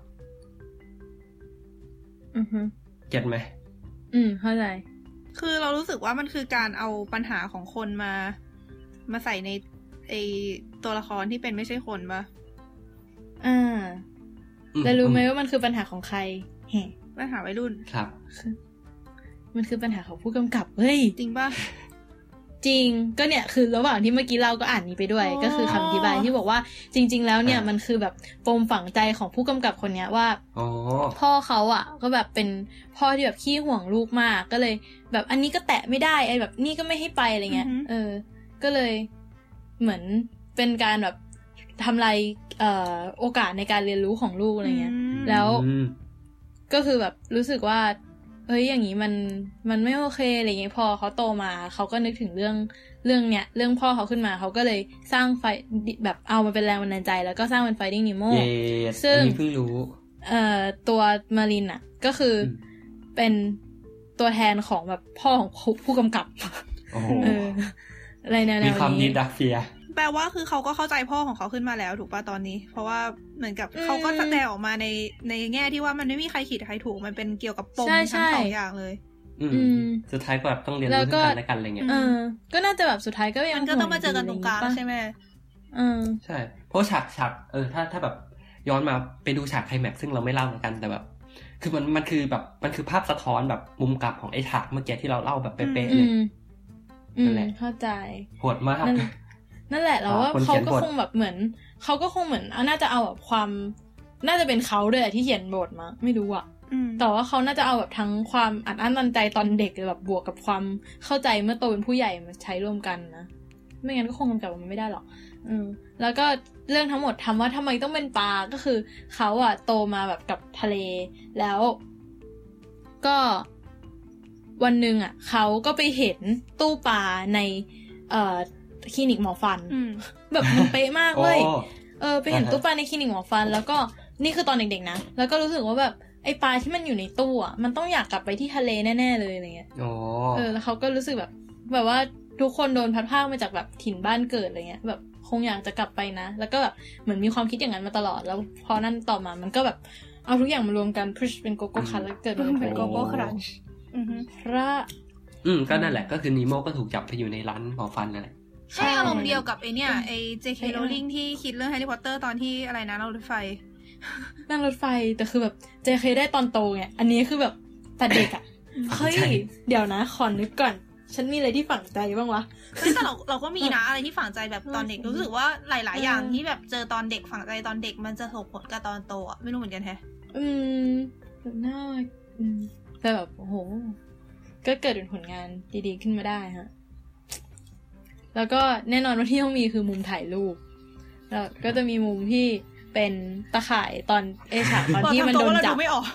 อือฮึเก็ทไหมอืมเข้าใจคือเรารู้สึกว่ามันคือการเอาปัญหาของคนมามาใส่ในไอตัวละครที่เป็นไม่ใช่คนปะอ่าแล้วรู้ไหมว่ามันคือปัญหาของใครแห่ปัญหาวัยรุ่นครับมันคือปัญหาของผู้กำกับเฮ้ยจริงปะจริงก็เนี่ยคือระหว่างที่เมื่อกี้เราก็อ่านนี้ไปด้วยก็คือคำอธิบายที่บอกว่าจริงๆแล้วเนี่ยมันคือแบบปมฝังใจของผู้กำกับคนนี้ว่าพ่อเขาอ่ะก็แบบเป็นพ่อที่แบบขี้ห่วงลูกมากก็เลยแบบอันนี้ก็แตะไม่ได้ไอ้แบบนี่ก็ไม่ให้ไปอะไรเงี้ยเออก็เลยเหมือนเป็นการแบบทำลายเอ่อโอกาสในการเรียนรู้ของลูกอะไรเงี้ยแล้วก็คือแบบรู้สึกว่าเฮ้ยอย่างนี้มันมันไม่โอเคอะไรเงี้ยพอเขาโตมาเขาก็นึกถึงเรื่องเรื่องเนี้ยเรื่องพ่อเขาขึ้นมาเขาก็เลยสร้างไฟแบบเอามาเป็นแรงบันดาลใจแล้วก็สร้างเป็น Finding Nemo ซึ่งเพิ่งรู้เอ่อตัวมารินอ่ะก็คือเป็นตัวแทนของแบบพ่อของผู้กำกับเอออะไรแนวๆนี้มีความดีดักเฟียแปลว่าคือเขาก็เข้าใจพ่อของเขาขึ้นมาแล้วถูกป่ะตอนนี้เพราะว่าเหมือนกับเขาก็แสดงออกมาในในแง่ที่ว่ามันไม่มีใครผิดใครถูกมันเป็นเกี่ยวกับปมทั้งสองอย่างเลยอืมสุดท้ายก็แบบต้องเรียนรู้กันและกันอะไรเงี้ยเออก็น่าจะแบบสุดท้ายก็มันก็ต้องมาเจอกันตรงกลางใช่ไหมอืมใช่เพราะฉากฉากเออถ้าถ้าแบบย้อนมาไปดูฉากไคลแม็กซ์ซึ่งเราไม่เล่าเหมือนกันแต่แบบคือมันมันคือแบบมันคือภาพสะท้อนแบบมุมกลับของไอ้ฉากเมื่อกี้ที่เราเล่าแบบเป๊ะๆเลยนั่นแหละเข้าใจโหดมากนั่นแหละแล้วว่าเขาก็คงแบบเหมือนเขาก็คงเหมือนน่าจะเอาแบบความน่าจะเป็นเขาด้วยที่เขียนบทมั้งไม่รู้อ่ะแต่ว่าเขาน่าจะเอาแบบทั้งความอัดอั้นตันใจตอนเด็กแบบบวกกับความเข้าใจเมื่อโตเป็นผู้ใหญ่มาใช้ร่วมกันนะไม่งั้นก็คงกำกับมันไม่ได้หรอกอืมแล้วก็เรื่องทั้งหมดทำว่าทำไมต้องเป็นปลาก็คือเขาอ่ะโตมาแบบกับทะเลแล้วก็วันหนึ่งอ่ะเขาก็ไปเห็นตู้ปลาในเอ่อคลินิกหมอฟันแบบมันเป๊ะมากเลยเออไปเห็นตู้ปลาในคลินิกหมอฟันแล้วก็นี่คือตอนเด็กๆนะแล้วก็รู้สึกว่าแบบไอ้ปลาที่มันอยู่ในตู้อ่ะมันต้องอยากกลับไปที่ทะเลแน่ๆเลยอะไรเงี้ยเออแล้วเขาก็รู้สึกแบบแบบว่าทุกคนโดนพัดพรากมาจากแบบถิ่นบ้านเกิดอะไรเงี้ยแบบคงอยากจะกลับไปนะแล้วก็แบบเหมือนมีความคิดอย่างนั้นมาตลอดแล้วพอนั่นต่อมามันก็แบบเอาทุกอย่างมารวมกันพุชเป็นโกโก้คันแล้วเกิดมาเป็นโกโก้ครันช์อือฮึพระอืมก็นั่นแหละก็คือนีโม่ก็ถูกจับไปอยู่ในร้านหมอฟันนั่นแหละใช่อารมณ์เดียวกับไอเนี่ยไอ เจ เค Rowling ที่คิดเรื่อง Harry Potter ตอนที่อะไรนะนั่งรถไฟนั่งรถไฟแต่คือแบบ เจ เค ได้ตอนโตไงอันนี้คือแบบแต่เด็กอ่ะเฮ้ยเดี๋ยวนะขอนึกก่อนฉันมีอะไรที่ฝังใจบ้างวะแต่เราเราก็มีนะอะไรที่ฝังใจแบบตอนเด็กรู้สึกว่าหลายๆอย่างที่แบบเจอตอนเด็กฝังใจตอนเด็กมันจะส่งผลกับตอนโตอ่ะไม่รู้เหมือนกันแฮะอืมแบบน่าอืมแต่แบบโอ้โหก็เกิดเป็นผลงานดีๆขึ้นมาได้ฮะแล้วก็แน่นอนว่าที่ต้องมีคือมุมถ่ายรูปแล้วก็จะมีมุมที่เป็นตะข่ายตอนเอฉากตอนที่มันโดนจับไม่ออก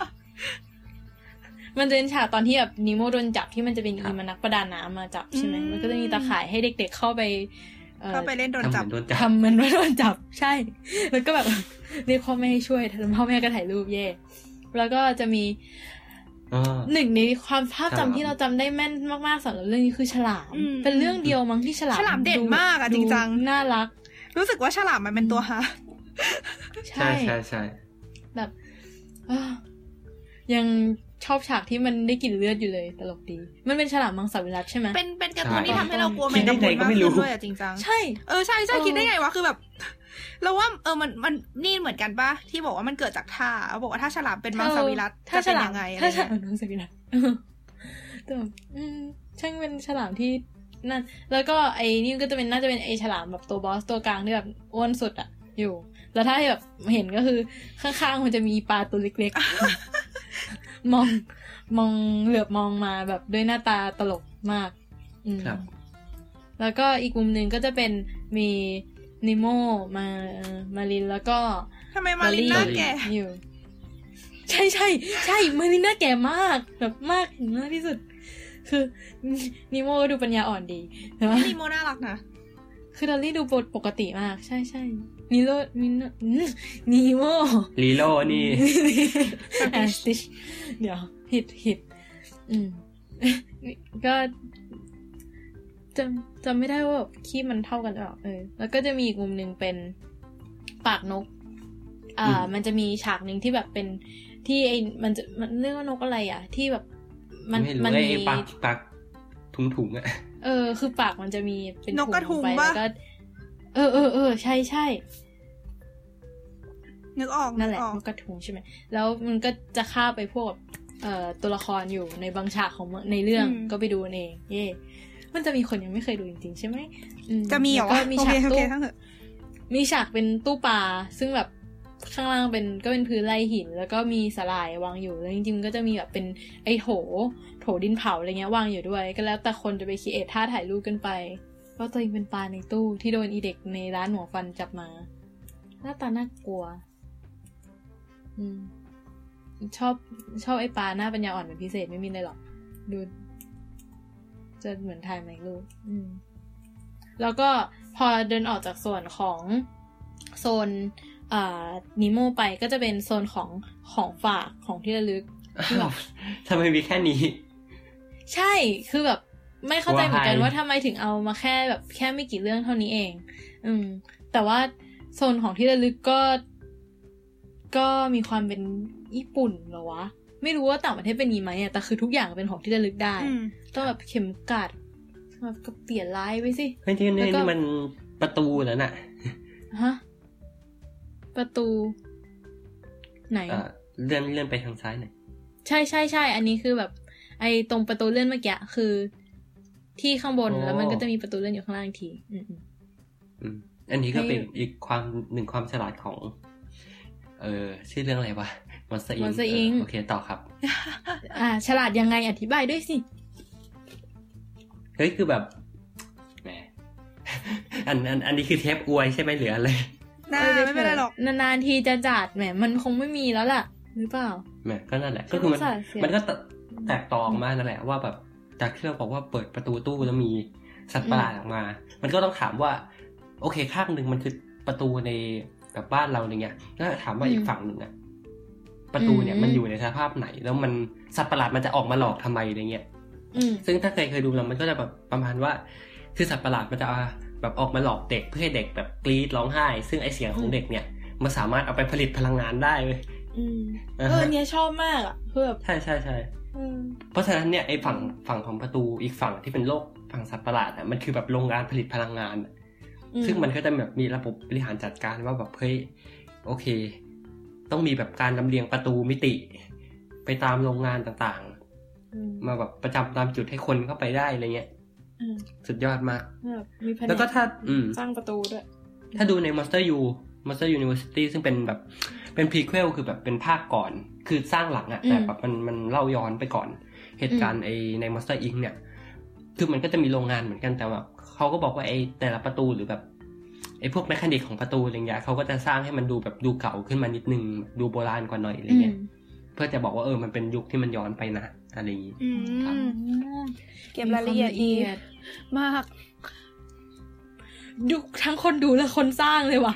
มันจะเป็นฉากตอนที่แบบนิโมโดนจับที่มันจะเป็นอีมานักประดาน้ำมาจับใช่ไหมมันก็จะมีตะข่ายให้เด็กๆเข้าไปเข้าไปเล่นโดนจับทำมันว่าโดนจับใช่แล้วก็แบบเรียกพ่อแม่ให้ช่วยพ่อแม่ก็ถ่ายรูปเย่แล้วก็จะมีหนึ่งในความภาพจำที่เราจำได้แม่นมากๆสำหรับเรื่องนี้คือฉลามเป็นเรื่องเดียวมั้งที่ฉลามฉลามเด่นมากอะจริงจังน่ารักรู้สึกว่าฉลามมันเป็นตัวฮะใช่ใช่ใช่แบบยังชอบฉากที่มันได้กลิ่นเลือดอยู่เลยตลกดีมันเป็นฉลามมังสวิรัติใช่ไหมเป็นเป็นการ์ตูนที่ทำให้เรากลัวแมงกะพรุนมากขึ้นด้วยอะจริงจังใช่เออใช่ใช่คิดได้ไงวะคือแบบเราว่าเออมันมันนี่เหมือนกันป่ะที่บอกว่ามันเกิดจากท่าบอกว่าถ้าฉลามเป็นมังสวิรัติจะเป็นยังไงอะไรถ้าฉลามเป็นมังสวิรัติแต่อืมช่างเป็นฉลามที่นั่นแล้วก็ไอ้นี่ก็จะเป็นน่าจะเป็นไอ้ฉลามแบบตัวบอสตัวกลางที่แบบอ้วนสุดอะอยู่แล้วถ้าแบบเห็นก็คือข้างๆมันจะมีปลาตัวเล็กๆมองมองเหลือบมองมาแบบด้วยหน้าตาตลกมากอืมแล้วก็อีกมุมนึงก็จะเป็นมีนิโมมามารินแล้วก็ทำไมมารินหน้าแก่อยู่ใช่ใช่ใช่มารินหน้าแก่มากแบบมากถึงมากที่สุดคือนิโมก็ดูปัญญาอ่อนดีแต่ว่านิโมน่ารักนะคือดอลลี่ดูบทปกติมากใช่ใช่นิโรมินนีโมลีโลนี่แอสติชเดี๋ยวผิดผิดอืมก็จำจำไม่ได้ว่าแบบขี้มันเท่ากันหรือเปล่าเออแล้วก็จะมีอีกมุมนึงเป็นปากนกอ่ามันจะมีฉากนึงที่แบบเป็นที่ไอ้มันจะมันเรียกว่านกอะไรอ่ะที่แบบมันมันมีปากปากถุงๆอ่ะเออคือปากมันจะมีเป็นนกกระทุงไปแล้วก็เออเออเออใช่ใช่นึกออกนั่นแหละนกกระทุงใช่ไหมแล้วมันก็จะฆ่าไปพวกเอ่อตัวละครอยู่ในบางฉากของในเรื่องก็ไปดูเองเย่มันจะมีคนยังไม่เคยดูจริงๆใช่ไหมจะมีเหรอก็มีฉากตู้มีฉากเป็นตู้ปลาซึ่งแบบข้างล่างเป็นก็เป็นพื้นลายหินแล้วก็มีสลายวางอยู่แล้วจริงๆก็จะมีแบบเป็นไอ้โถโถดินเผาอะไรเงี้ยวางอยู่ด้วยก็แล้วแต่คนจะไปคิดเอทท่าถ่ายรูปกันไปว่าตัวเองเป็นปลาในตู้ที่โดนอีเด็กในร้านหมอฟันจับมาหน้าตาน่ากลัวอืมชอบชอบไอ้ปลาหน้าปัญญาอ่อนเป็นพิเศษไม่มีอะไรหรอกดูจะเหมือนถ่ายไหมรูปอืมแล้วก็พอเดินออกจากส่วนของโซนอ่านิโมไปก็จะเป็นโซนของของฝากของที่ระลึกที่แบบทำไมมีแค่นี้ใช่คือแบบไม่เข้าใจเหมือนกันว่าทำไมถึงเอามาแค่แบบแค่ไม่กี่เรื่องเท่านี้เองอืมแต่ว่าโซนของที่ระลึกก็ก็มีความเป็นญี่ปุ่นเหรอวะไม่รู้ว่าต่างประเทศเป็นนี้ไหมอ่ะแต่คือทุกอย่างเป็นของที่ระลึกได้ต้องแบบเข็มกัดแบบก็เปลี่ยนลายไปสิเฮ้ยที่นี่นี่มันประตูแล้วน่ะฮะประตูไหนเลื่อนเลื่อนไปทางซ้ายหน่อยใช่ใช่ใช่อันนี้คือแบบไอ้ตรงประตูเลื่อนเมื่อกี้คือที่ข้างบนแล้วมันก็จะมีประตูเลื่อนอยู่ข้างล่างอีกทีอืมอืมอันนี้ก็เป็นอีกความหนึ่งความฉลาดของเออชื่อเรื่องอะไรวะ Monster Inc โอเคต่อครับอ่าฉลาดยังไงอธิบายด้วยสิเฮ้ยคือแบบแหมอันอันอันนี้คือเทปอวยใช่ไหมหรืออะไรน่าไม่เป็นไรหรอกนานๆทีจะจัดแหมมันคงไม่มีแล้วล่ะหรือเปล่าแหมก็นั่นแหละก็คือมันมันก็แตกต่อออกมานั่นแหละว่าแบบจากที่เราบอกว่าเปิดประตูตู้แล้วมีสัตว์ประหลาดออกมามันก็ต้องถามว่าโอเคข้างนึงมันคือประตูในแบบบ้านเราอย่างเงี้ยแล้วถามว่าอีกฝั่งนึงอะประตูเนี่ยมันอยู่ในสภาพไหนแล้วมันสัตว์ประหลาดมันจะออกมาหลอกทำไมอะไรเงี้ยซึ่งถ้าเคยเคยดูแล้วมันก็จะแบบประมาณว่าคือสัตว์ประหลาดมันจะแบบออกมาหลอกเด็กเพื่อให้เด็กแบบกรี๊ดร้องไห้ซึ่งไอเสียงของเด็กเนี่ยมันสามารถเอาไปผลิตพลังงานได้เว้ยเออเนี่ยชอบมากอ่ะเพื่อใช่ใช่ใช่เพราะฉะนั้นเนี่ยไอฝั่งฝั่งของประตูอีกฝั่งที่เป็นโลกฝั่งสัตว์ประหลาดอ่ะมันคือแบบโรงงานผลิตพลังงานซึ่งมันก็จะแบบมีระบบบริหารจัดการว่าแบบเฮ้ยโอเคต้องมีแบบการลำเลียงประตูมิติไปตามโรงงานต่างๆมาแบบประจำตามจุดให้คนเข้าไปได้อะไรเงี้ยสุดยอดมากแล้วก็ถ้าสร้างประตูด้วยถ้าดูใน Monster U Monster University ซึ่งเป็นแบบเป็น prequel คือแบบเป็นภาคก่อนคือสร้างหลังอะแต่แบบมันมันเล่าย้อนไปก่อนเหตุการณ์ไอใน Monster Inc เนี่ยคือมันก็จะมีโรงงานเหมือนกันแต่แบบเขาก็บอกว่าไอแต่ละประตูหรือแบบไอพวกแมคานิกของประตูอะไรเงี้ยเขาก็จะสร้างให้มันดูแบบดูเก่าขึ้นมานิดนึงดูโบราณกว่าหน่อยอะไรเงี้ยเพื่อจะบอกว่าเออมันเป็นยุคที่มันย้อนไปนะอะไรอย่างงี้ครับเก็บรายละเอียดดีมากดูทั้งคนดูและคนสร้างเลยว่ะ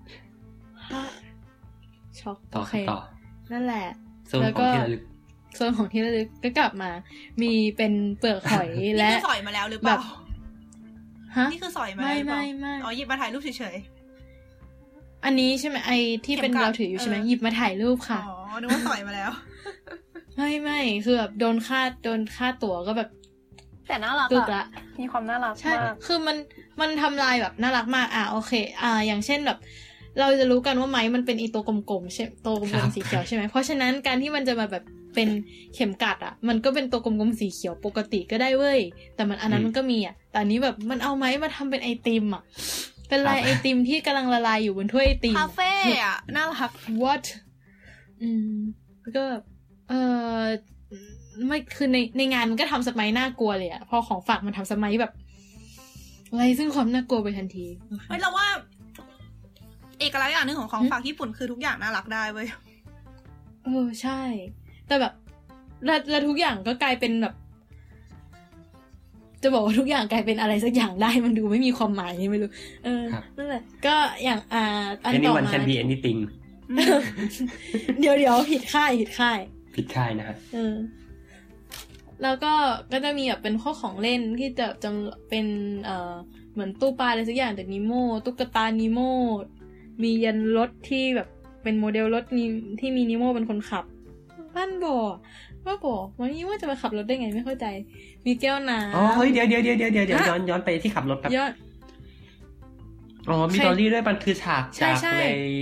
ช็อกต่อต่อนั่นแหละโซนของที่ระลึกโซนของที่ระลึกก็กลับมามีเป็นเปลือกหอยและนี่คือสอยมาแล้วหรือเปล่าฮะนี่คือสอยมาแล้วไม่ไม่ไม่อ๋อหยิบมาถ่ายรูปเฉยๆอันนี้ใช่ไหมไอที่เป็นเราถืออยู่ใช่ไหมหยิบมาถ่ายรูปค่ะอ๋อนึกว่าสอยมาแล้วไม่ไม่คือแบบโดนค่าโดนค่าตั๋วก็แบบแต่น่ารักอะมีความน่ารักมากคือมันมันทำลายแบบน่ารักมากอ่ะโอเคอ่าอย่างเช่นแบบเราจะรู้กันว่าไม้มันเป็นอีตัวกลมๆใช่ตัวกลมๆสีเขียวใช่ไหมเพราะฉะนั้นการที่มันจะมาแบบเป็นเข็มกัดอ่ะมันก็เป็นตัวกลมๆสีเขียวปกติก็ได้เว้ยแต่มันอันนั้นมันก็มีอ่ะแต่อันนี้แบบมันเอาไม้มาทำเป็นไอติมอ่ะเป็นลายไอติมที่กำลังละลายอยู่บนถ้วยไอติมคาเฟ่อ่ะน่ารัก what อืมก็เออไม่คือในในงานมันก็ทำสมัยน่ากลัวเลยอ่ะพอของฝากมันทำสมัยแบบอะไรซึ่งความน่ากลัวไปทันทีไม่เราว่าเอกลักษณ์อย่างนึงของของฝากญี่ปุ่นคือทุกอย่างน่ารักได้เว้ยเออใช่แต่แบบแล้วแล้วทุกอย่างก็กลายเป็นแบบจะบอกว่าทุกอย่างกลายเป็นอะไรสักอย่างได้มันดูไม่มีความหมายไม่รู้เออนั่นแหละก็อย่างอ่าอันต่อมา anyone can be anything เดี๋ยวเดี๋ยวผิดค่ายผิดค่ายผิดค่ายนะฮะเออแล้วก็ก็จะมีแบบเป็นข้อของเล่นที่จะจำเป็นเอ่อเหมือนตู้ปลาอะไรสักอย่างจากนิโมตุ๊กตานิโมมียันรถที่แบบเป็นโมเดลรถนี้ที่มีนิโมเป็นคนขับบ้านบ่อว่าบอกวันนี้ว่าจะมาขับรถได้ไงไม่เข้าใจมีแก้วน้ำอ๋อเฮ้ยเดี๋ยวเดี๋ยวเดี๋ยวเดี๋ยวเดี๋ยวย้อนย้อนไปที่ขับรถครับย้อนอ๋อมีดอลลี่ด้วยมันคือฉากจากใน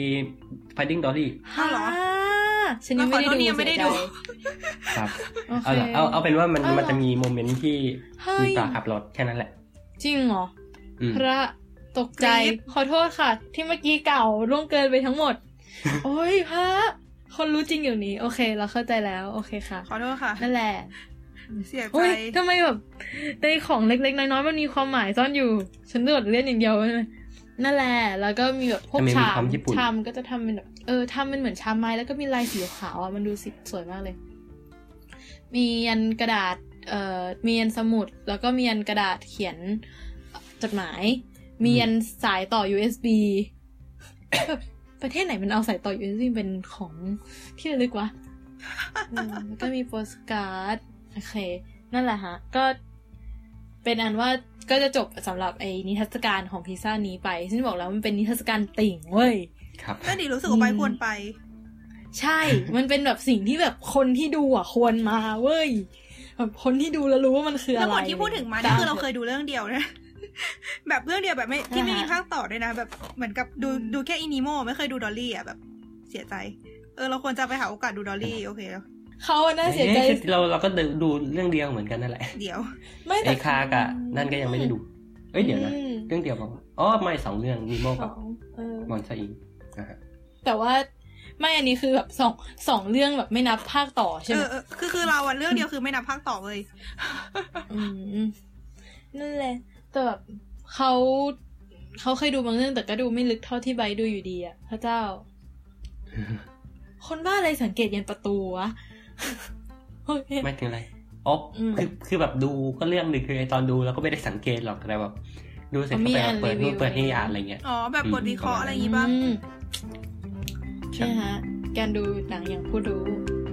Finding Dory อ้าวเหรอฉันยังไม่ได้ดูยังไม่ได้ดูครับเอาเอาเอาเป็นว่ามันมันจะมีโมเมนต์ที่มีปลาขับรถแค่นั้นแหละจริงเหรอพระตกใจขอโทษค่ะที่เมื่อกี้เก่าล่วงเกินไปทั้งหมดโอ้ยพระคนรู้จริงอยู่นี้โอเคเราเข้าใจแล้วโอเคค่ะขอโทษค่ะนั่นแหละเสียใจทำไมแบบในของเล็กๆน้อยๆมันมีความหมายซ่อนอยู่ฉันโดดเล่นอย่างเดียวเลยนั่นแหละแล้วก็มีแบบพวกชามชามก็จะทำเป็นแบบเออทำเป็นเหมือนชามไม้แล้วก็มีลายสีขาวอ่ะมันดูสวยมากเลยมียันกระดาษเอ่อมียันสมุดแล้วก็มียันกระดาษเขียนจดหมายมียันสายต่อ ยู เอส บี แบบประเทศไหนมันเอาสายต่อ ยู เอส บี เป็นของที่ระลึกวะแล้วก็มีโปสการ์ดโอเคนั่นแหละฮะก็เป็นอันว่าก็จะจบสำหรับไอ้นิทรรศการของพิซซ่านี้ไปซึ่งบอกแล้วมันเป็นนิทรรศการติ่งเว้ยครับก็ดีรู้สึกว่าไปควรไปใช่มันเป็นแบบสิ่งที่แบบคนที่ดูอ่ะควรมาเว้ยแบบคนที่ดูแล้วรู้ว่ามันคืออะไรแล้วหมดที่พูดถึงมานี่คือเราเคยดูเรื่องเดียวนะแบบเรื่องเดียวแบบไม่ที่ไม่มีภาคต่อด้วยนะแบบเหมือนกับดูดูแค่อินิโมไม่เคยดูดอลลี่อ่ะแบบเสียใจเออเราควรจะไปหาโอกาสดูดอลลี่โอเคแล้วเขาน่าเสียใจเราเราก็ดูเรื่องเดียวเหมือนกันนั่นแหละเดี๋ยวไม่ไอ้คากะนั่นก็ยังไม่ได้ดูเอ้ยเดี๋ยวนะเรื่องเดียวป่ะอ๋อไม่สองเรื่องนิโมกับมอนซาอิงนะฮะแต่ว่าไม่อันนี้คือแบบสองสองเรื่องแบบไม่นับภาคต่อใช่ไหมเออคือคือเราอ่ะเรื่องเดียวคือไม่นับภาคต่อเลยอืมนั่นแหละแต่แบบเขาเขาเคยดูบางเรื่องแต่ก็ดูไม่ลึกเท่าที่ใบดูอยู่ดีอ่ะพระเจ้าคนบ้าอะไรสังเกตยันประตูวะไม่ถึงอะไรอ๋อคือคือแบบดูก็เรื่องนึงคือไอตอนดูแล้วก็ไม่ได้สังเกตหรอกแต่แบบดูเสร็จก็ไปเปิดรูปเปิดให้อ่านอะไรเงี้ยอ๋อแบบบทวิเคราะห์อะไรอย่างงี้ป่ะใช่ฮะการดูหนังอย่างผู้รู้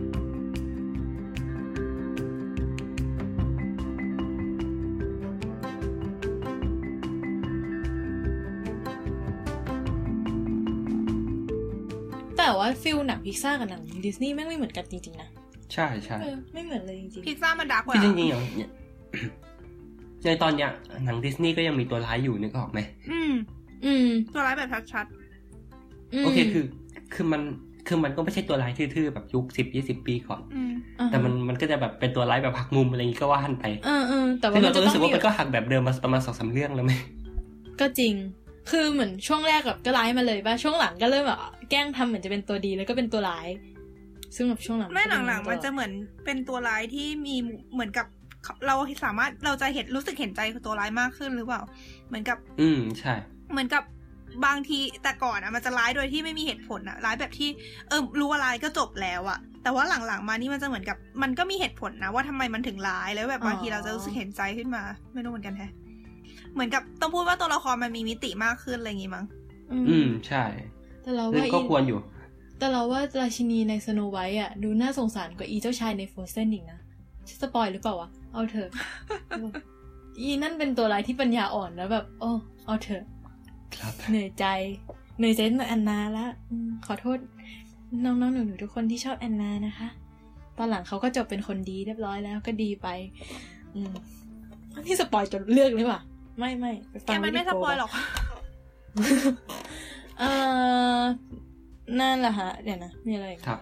แต่ว่าฟิลหนังพิกซ่ากับหนังดิสนีย์แม่งไม่เหมือนกันจริงๆนะใช่ใช่ไม่เหมือนเลยจริงๆพิกซ่ามันดาร์กกว่าจริงๆอย่างในตอนเนี้ยหนังดิสนีย์ก็ยังมีตัวร้ายอยู่นึกออกไหมอืมอืมตัวร้ายแบบชัดๆโอเคคือคือมันคือมันก็ไม่ใช่ตัวร้ายทื่อๆแบบยุคสิบยี่สิบปีก่อนแต่มันมันก็จะแบบเป็นตัวร้ายแบบหักมุมอะไรอย่างงี้ก็ว่าหันไปเออๆแต่ว่าเรารู้สึกว่ามันก็หักแบบเดิมมาประมาณ สองสาม เรื่องแล้วไหมก็จริงคือเหมือนช่วงแรกแบบก็ร้ายมาเลยป่ะช่วงหลังก็เริ่มแบบแกล้งทำเหมือนจะเป็นตัวดีแล้วก็เป็นตัวร้ายซึ่งแบบช่วงหลังไม่หลังๆมันจะเหมือนเป็นตัวร้ายที่มีเหมือนกับเราสามารถเราจะเห็นรู้สึกเห็นใจตัวร้ายมากขึ้นหรือเปล่าเหมือนกับอืมใช่เหมือนกับบางทีแต่ก่อนอ่ะมันจะร้ายโดยที่ไม่มีเหตุผลอ่ะร้ายแบบที่เออรู้ว่าร้ายก็จบแล้วอ่ะแต่ว่าหลังๆมานี่มันจะเหมือนกับมันก็มีเหตุผลนะว่าทำไมมันถึงร้ายแล้วแบบบางทีเราจะรู้สึกเห็นใจขึ้นมาไม่รู้เหมือนกันแท้เหมือนกับต้องพูดว่าตัวละครมันมีมิติมากขึ้นอะไรอย่างงี้มั้งอืมใช่แต่เราว่าก็ควรอยู่แต่เราว่าราชินีในสโนไวท์อ่ะดูน่าสงสารกว่าอีเจ้าชายในโฟร์เซนอีกนะสปอยหรือเปล่าวะเอาเถอะอีนั่นเป็นตัวร้ายที่ปัญญาอ่อนแล้วแบบโอ้เอาเถอะเหนื่อยใจเหนื่อยใจตั้งแต่แอนนาละขอโทษน้องๆหนูๆทุกคนที่ชอบแอนนานะคะตอนหลังเขาก็จบเป็นคนดีเรียบร้อยแล้วก็ดีไปอืมนี่สปอยจนเลือกเลยว่ะไม่ไม่ไปฟังไม่ไม่สปอยหรอกเออนั่นแหละฮะเดี๋ยวนะมีอะไรครับ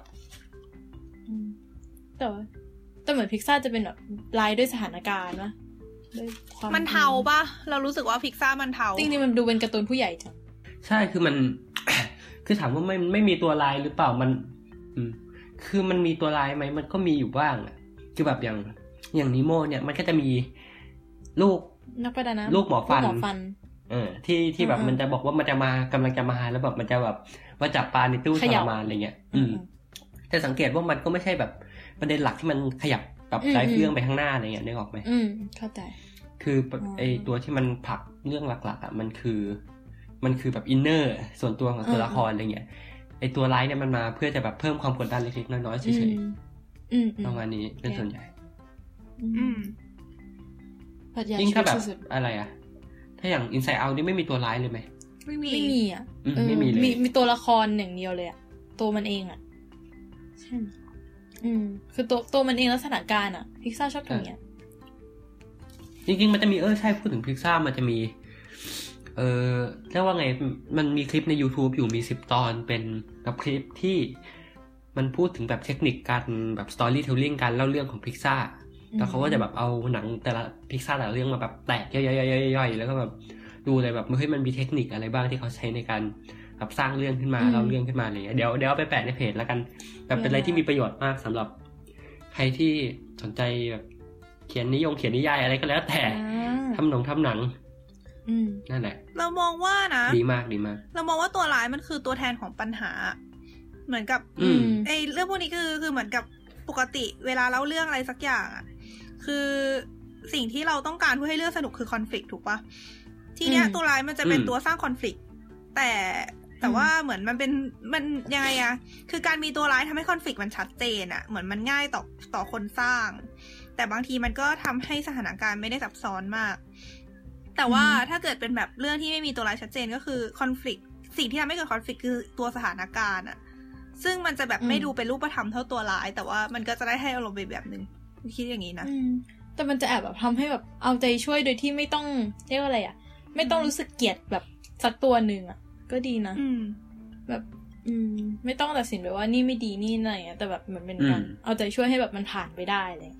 แต่ว่าแต่เหมือนพิกซ่าจะเป็นแบบลายด้วยสถานการณ์นะมันเทาป่ะเรารู้สึกว่าพิกซ่ามันเทาจริงๆมันดูเป็นการ์ตูนผู้ใหญ่จังใช่คือมัน คือถามว่าไม่ไม่มีตัวลายหรือเปล่ามันอืมคือมันมีตัวลายไหมมันก็มีอยู่บ้างอ่ะคือแบบอย่างอย่างนิโมเนี่ยมันก็จะมีลูกนักประดาน้ำลูกหมอฟันเออที่ที่แบบมันจะบอกว่ามันจะมากำลังจะมาแล้วแบบมันจะแบบมาจับปลาในตู้ทรมานอะไรเงี้ยอืมแต่สังเกตว่ามันก็ไม่ใช่แบบประเด็นหลักที่มันขยับแบบไร้เฟื่องไปข้างหน้าอะไรเงี้ยนึกออกไหมอืมเข้าใจคือไอตัวที่มันผลักเรื่องหลักๆอ่ะมันคือมันคือแบบอินเนอร์ส่วนตัวของตัวละครอะไรเงี้ยไอตัวร้ายเนี่ยมันมาเพื่อจะแบบเพิ่มความกดดันเล็กๆน้อยๆเฉยๆประมาณนี้เป็นส่วนใหญ่ยิ่งถ้าแบบอะไรอ่ะถ้าอย่าง Inside Out นี่ไม่มีตัวร้ายเลยไหมไม่มีไม่มีอ่ะไม่มีเลยมีมีตัวละครอย่างเดียวเลยอ่ะตัวมันเองอ่ะใช่อืมคือตัวตัวมันเองแล้วสถานการณ์อ่ะพิกซ่าชอบทำอย่างเงี้ยจริงๆมันจะมีเออใช่พูดถึงพิกซ่ามันจะมีเออเรียกว่าไงมันมีคลิปใน YouTube อยู่มีสิบตอนเป็นแบบคลิปที่มันพูดถึงแบบเทคนิคการแบบ storytelling การเล่าเรื่องของพิกซ่าแล้วเขาก็จะแบบเอาหนังแต่ละพิกซ่าแต่ละเรื่องมาแบบแตกย่อยๆๆๆแล้วก็แบบดูเลยแบบเฮ้ยมันมีเทคนิคอะไรบ้างที่เขาใช้ในการแบบสร้างเรื่องขึ้นมาเล่าเรื่องขึ้นมาอะไรเงี้ยเดี๋ยวเดี๋ยวเอาไปแปะในเพจแล้วกันแบบเป็นอะไรที่มีประโยชน์มากสำหรับใครที่สนใจแบบเขียนนิยมเขียนนิยายอะไรก็แล้วแต่ทำหนังทำหนังนั่นแหละเรามองว่านะดีมากดีมากเรามองว่าตัวร้ายมันคือตัวแทนของปัญหาเหมือนกับไอ้เรื่องพวกนี้คือคือเหมือนกับปกติเวลาเล่าเรื่องอะไรสักอย่างอ่ะคือสิ่งที่เราต้องการเพื่อให้เรื่องสนุกคือคอนฟลิกต์ถูกปะทีเนี้ยตัวร้ายมันจะเป็นตัวสร้างคอนฟลิกต์แต่แต่ว่าเหมือนมันเป็นมันยังไงอะคือการมีตัวร้ายทำให้คอนฟลิกต์มันชัดเจนอะเหมือนมันง่ายต่อต่อคนสร้างแต่บางทีมันก็ทำให้สถานการณ์ไม่ได้ซับซ้อนมากแต่ว่าถ้าเกิดเป็นแบบเรื่องที่ไม่มีตัวร้ายชัดเจนก็คือคอนฟลิกต์สิ่งที่ทำให้เกิดคอนฟลิกต์คือตัวสถานการณ์อะซึ่งมันจะแบบไม่ดูเป็นรูปธรรมเท่าตัวร้ายแต่ว่ามันก็จะได้ให้อารมณ์ไปแบบนึงคิดอย่างนี้นะแต่มันจะแอบแบบทำให้แบบเอาใจช่วยโดยที่ไม่ต้องเรียกว่าอะไรอะไม่ต้องรู้สึกเกลียดแบบสักตัวหนึ่งอะก็ดีนะแบบอืมไม่ต้องตัดสินไปว่านี่ไม่ดีนี่อะไรอ่ะแต่แบบเหมือนเป็นการเอาใจช่วยให้แบบมันผ่านไปได้เลย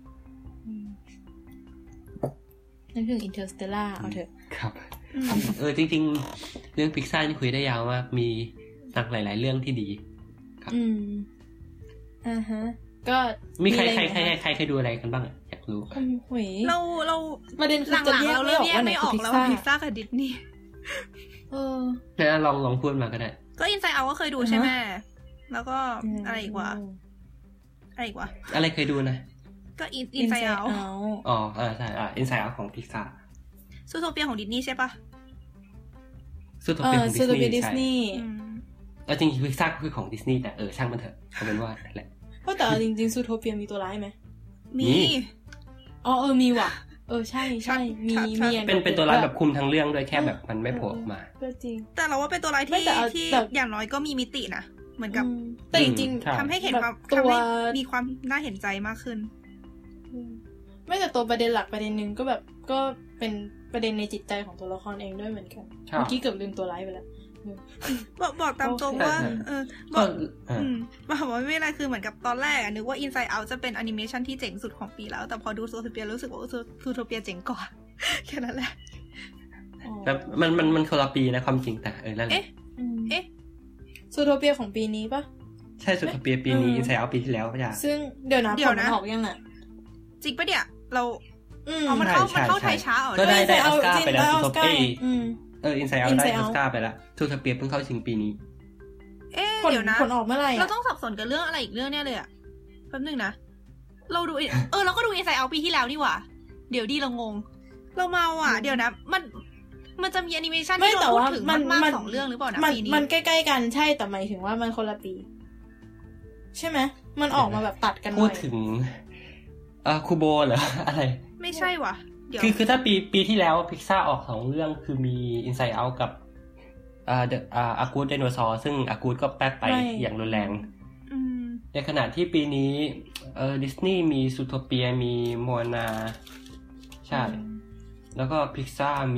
นั่นคือ Interstellar เอาเถอะครับเออจริงๆเรื่อง Pixar นี่คุยได้ยาวมากมีหนังหลายๆเรื่องที่ดีครับอืมอ่าฮะก็มีใครใครใครใครเคยดูอะไรกันบ้างอยากรู้เราเราประเด็นคือจะแยกไม่ออกว่าไหนคือ Pixar กับ Disney เออเนี่ยลองลองพูดมาก็ได้ก็ Inside Out ก็เคยดูใช่ไหมแล้วก็อะไรอีกวะอะไรอีกวะอะไรเคยดูนะก็ Inside Out อ๋อเออใช่อ่ะ Inside Out ของ Pixar ซูโทเปียของดิสนีย์ใช่ปะซูโทเปียของดิสนีย์ใช่เออจริงๆ Pixar ก็คือของดิสนีย์แต่เออช่างมันเถอะเอาเป็นว่าแหละเพราะแต่จริงๆซูโทเปียมีตัวร้ายไหมมีอ๋อเออมีว่ะเออใช่ใช่มีมีเป็นเป็นตัวร้ายแบบคุมทั้งเรื่องด้วยแค่แบบมันไม่โผล่ออกมาก็จริงแต่เราว่าเป็นตัวร้ายที่ที่อย่างน้อยก็มีมิตินะเหมือนกับแต่จริงๆทำให้เห็นความทำให้มีความน่าเห็นใจมากขึ้นไม่แต่ตัวประเด็นหลักประเด็นนึงก็แบบก็เป็นประเด็นในจิตใจของตัวละครเองด้วยเหมือนกันเมื่อกี้เกือบลืมตัวร้ายไปแล้วบอกบอกตามตรงว่าเออบอกอืมบอกว่าไม่อะไรคือเหมือนกับตอนแรกอะนึกว่า Inside Out จะเป็นแอนิเมชันที่เจ๋งสุดของปีแล้วแต่พอดูซูโทเปียรู้สึกว่าซูโทเปียเจ๋งกว่าแค่นั้นแหละแต่มันมันมันคนละปีนะความจริงแต่เออนั่นแหละเอ๊ะเอ๊ะซูโทเปียของปีนี้ปะใช่ซูโทเปียปีนี้ Inside Out ปีที่แล้วป่ะจ๊ะซึ่งเดี๋ยวนะผลมันออกยังอะจริงปะเนี่ยเราอ๋อมันเข้ามันเข้าไทยช้าเหรอก็ได้ได้ออสการ์ไปแล้วซูโทเปียเออ Inside Out ได้ออสการ์ไปแล้วซูโทเปียเพิ่งเข้าชิงปีนี้เอ๊ะเดี๋ยวนะผลออกเมื่อไหร่เราต้องสับสนกับเรื่องอะไรอีกเรื่องแน่เลยอ่ะแป๊บนึงนะเราดูเออเราก็ดู Inside Out ปีที่แล้วนี่หว่าเดี๋ยวดิเรางงเราเมาอ่ะเดี๋ยวนะมันมันจะมีแอนิเมชันที่เราพูดถึงมากๆสองเรื่องหรือเปล่านะปีนี้มันใกล้ๆกันใช่แต่หมายถึงว่ามันคนละปีใช่ไหมมันออกมาแบบตัดกันพูดถึงเอ่อคูโบเหรออะไรไม่ใช่ว่ะคือคือถ้าปีปีที่แล้ว Pixar ออกสองเรื่องคือมี Inside Out กับอ่าอ่า A Good Dinosaur ซึ่ง A Good ก็แป๊กไปอย่างรุนแรงในขณะที่ปีนี้เอ่อ Disney มี Zootopia มี Moana ใช่แล้วก็ Pixar มี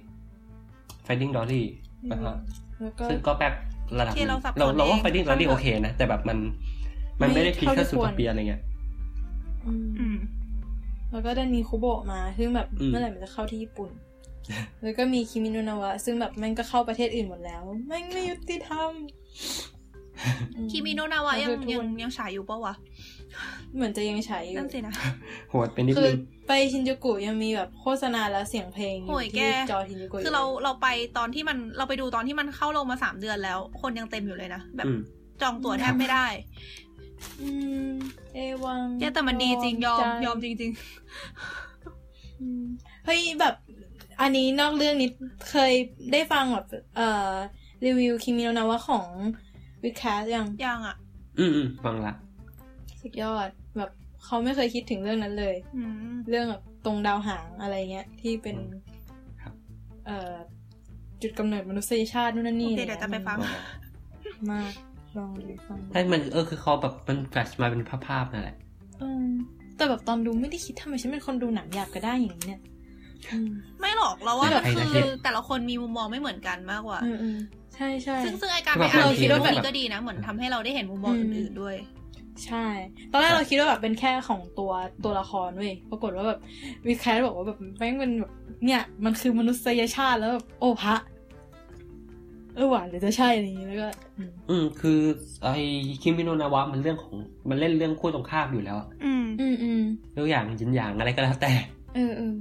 Finding Dory นะครับซึ่งก็แป๊กระดับเราเราว่า Finding Dory โอเคนะแต่แบบมันมันไม่ได้พีคเท่า Zootopia อะไรเงี้ยอืมแล้วก็ได้มีคุโบะมาซึ่งแบบเมื่อไหร่มันจะเข้าที่ญี่ปุ่นแล้วก็มีคิมิโนะนาวะซึ่งแบบมันก็เข้าประเทศอื่นหมดแล้วแม่งไม่ยุติธรรมคิมิโนะนาวะยังยังยังฉายอยู่ปะวะเหมือนจะยังฉายอยู่นั่นสินะโหดเป็นนิดนึงคือไปชินจูกุยังมีแบบโฆษณาแล้วเสียงเพลงอยู่ที่จอชินจูกุคือเราเราไปตอนที่มันเราไปดูตอนที่มันเข้าลงมาสามเดือนแล้วคนยังเต็มอยู่เลยนะแบบจองตั๋วแทบไม่ได้อืมเอวังแต่มันดีจริงยอมยอมจริงๆอืมเเฮ้ยแบบอันนี้นอกเรื่องนิดเคยได้ฟังแบบเอ่อรีวิวคิมิโนะนะวะของวิคาสยังยังอ่ะอืมๆฟังละสุดยอดแบบเขาไม่เคยคิดถึงเรื่องนั้นเลยเรื่องแบบตรงดาวหางอะไรเงี้ยที่เป็นเอ่อจุดกำเนิดมนุษยชาตินู่นนั่นนี่เดี๋ยวจะไปฟังมากลองดูฟังใช่มันเออคือเขาแบบมันแฟลชมาเป็นภาพๆนั่นแหละเออแต่แบบตอนดูไม่ได้คิดทำไมฉันเป็นคนดูหนังหยาบก็ได้อย่างนี้เนี่ยไม่หรอกเราว่าแบบคือแต่ละคนมีมุมมองไม่เหมือนกันมากกว่าใช่ใช่ซึ่งซึ่งไอการไปอ่านเรื่องนี้ก็ดีนะเหมือนทำให้เราได้เห็นมุมมองอื่นๆด้วยใช่ตอนแรกเราคิดว่าแบบเป็นแค่ของตัวตัวละครเว้ยปรากฏว่าแบบวิแคสบอกว่าแบบแม่งเป็นแบบเนี่ยมันคือมนุษยชาติแล้วแบบโอ้พระเออหวานหรือจะใช่อะไรอย่างนี้แล้วก็อืมคือไอ้คิมิโนะนะวะมันเรื่องของมันเล่นเรื่องคู่ตรงข้ามอยู่แล้วอืมอืมอืมตัวอย่างจินอย่างอะไรก็แล้วแต่เออเออ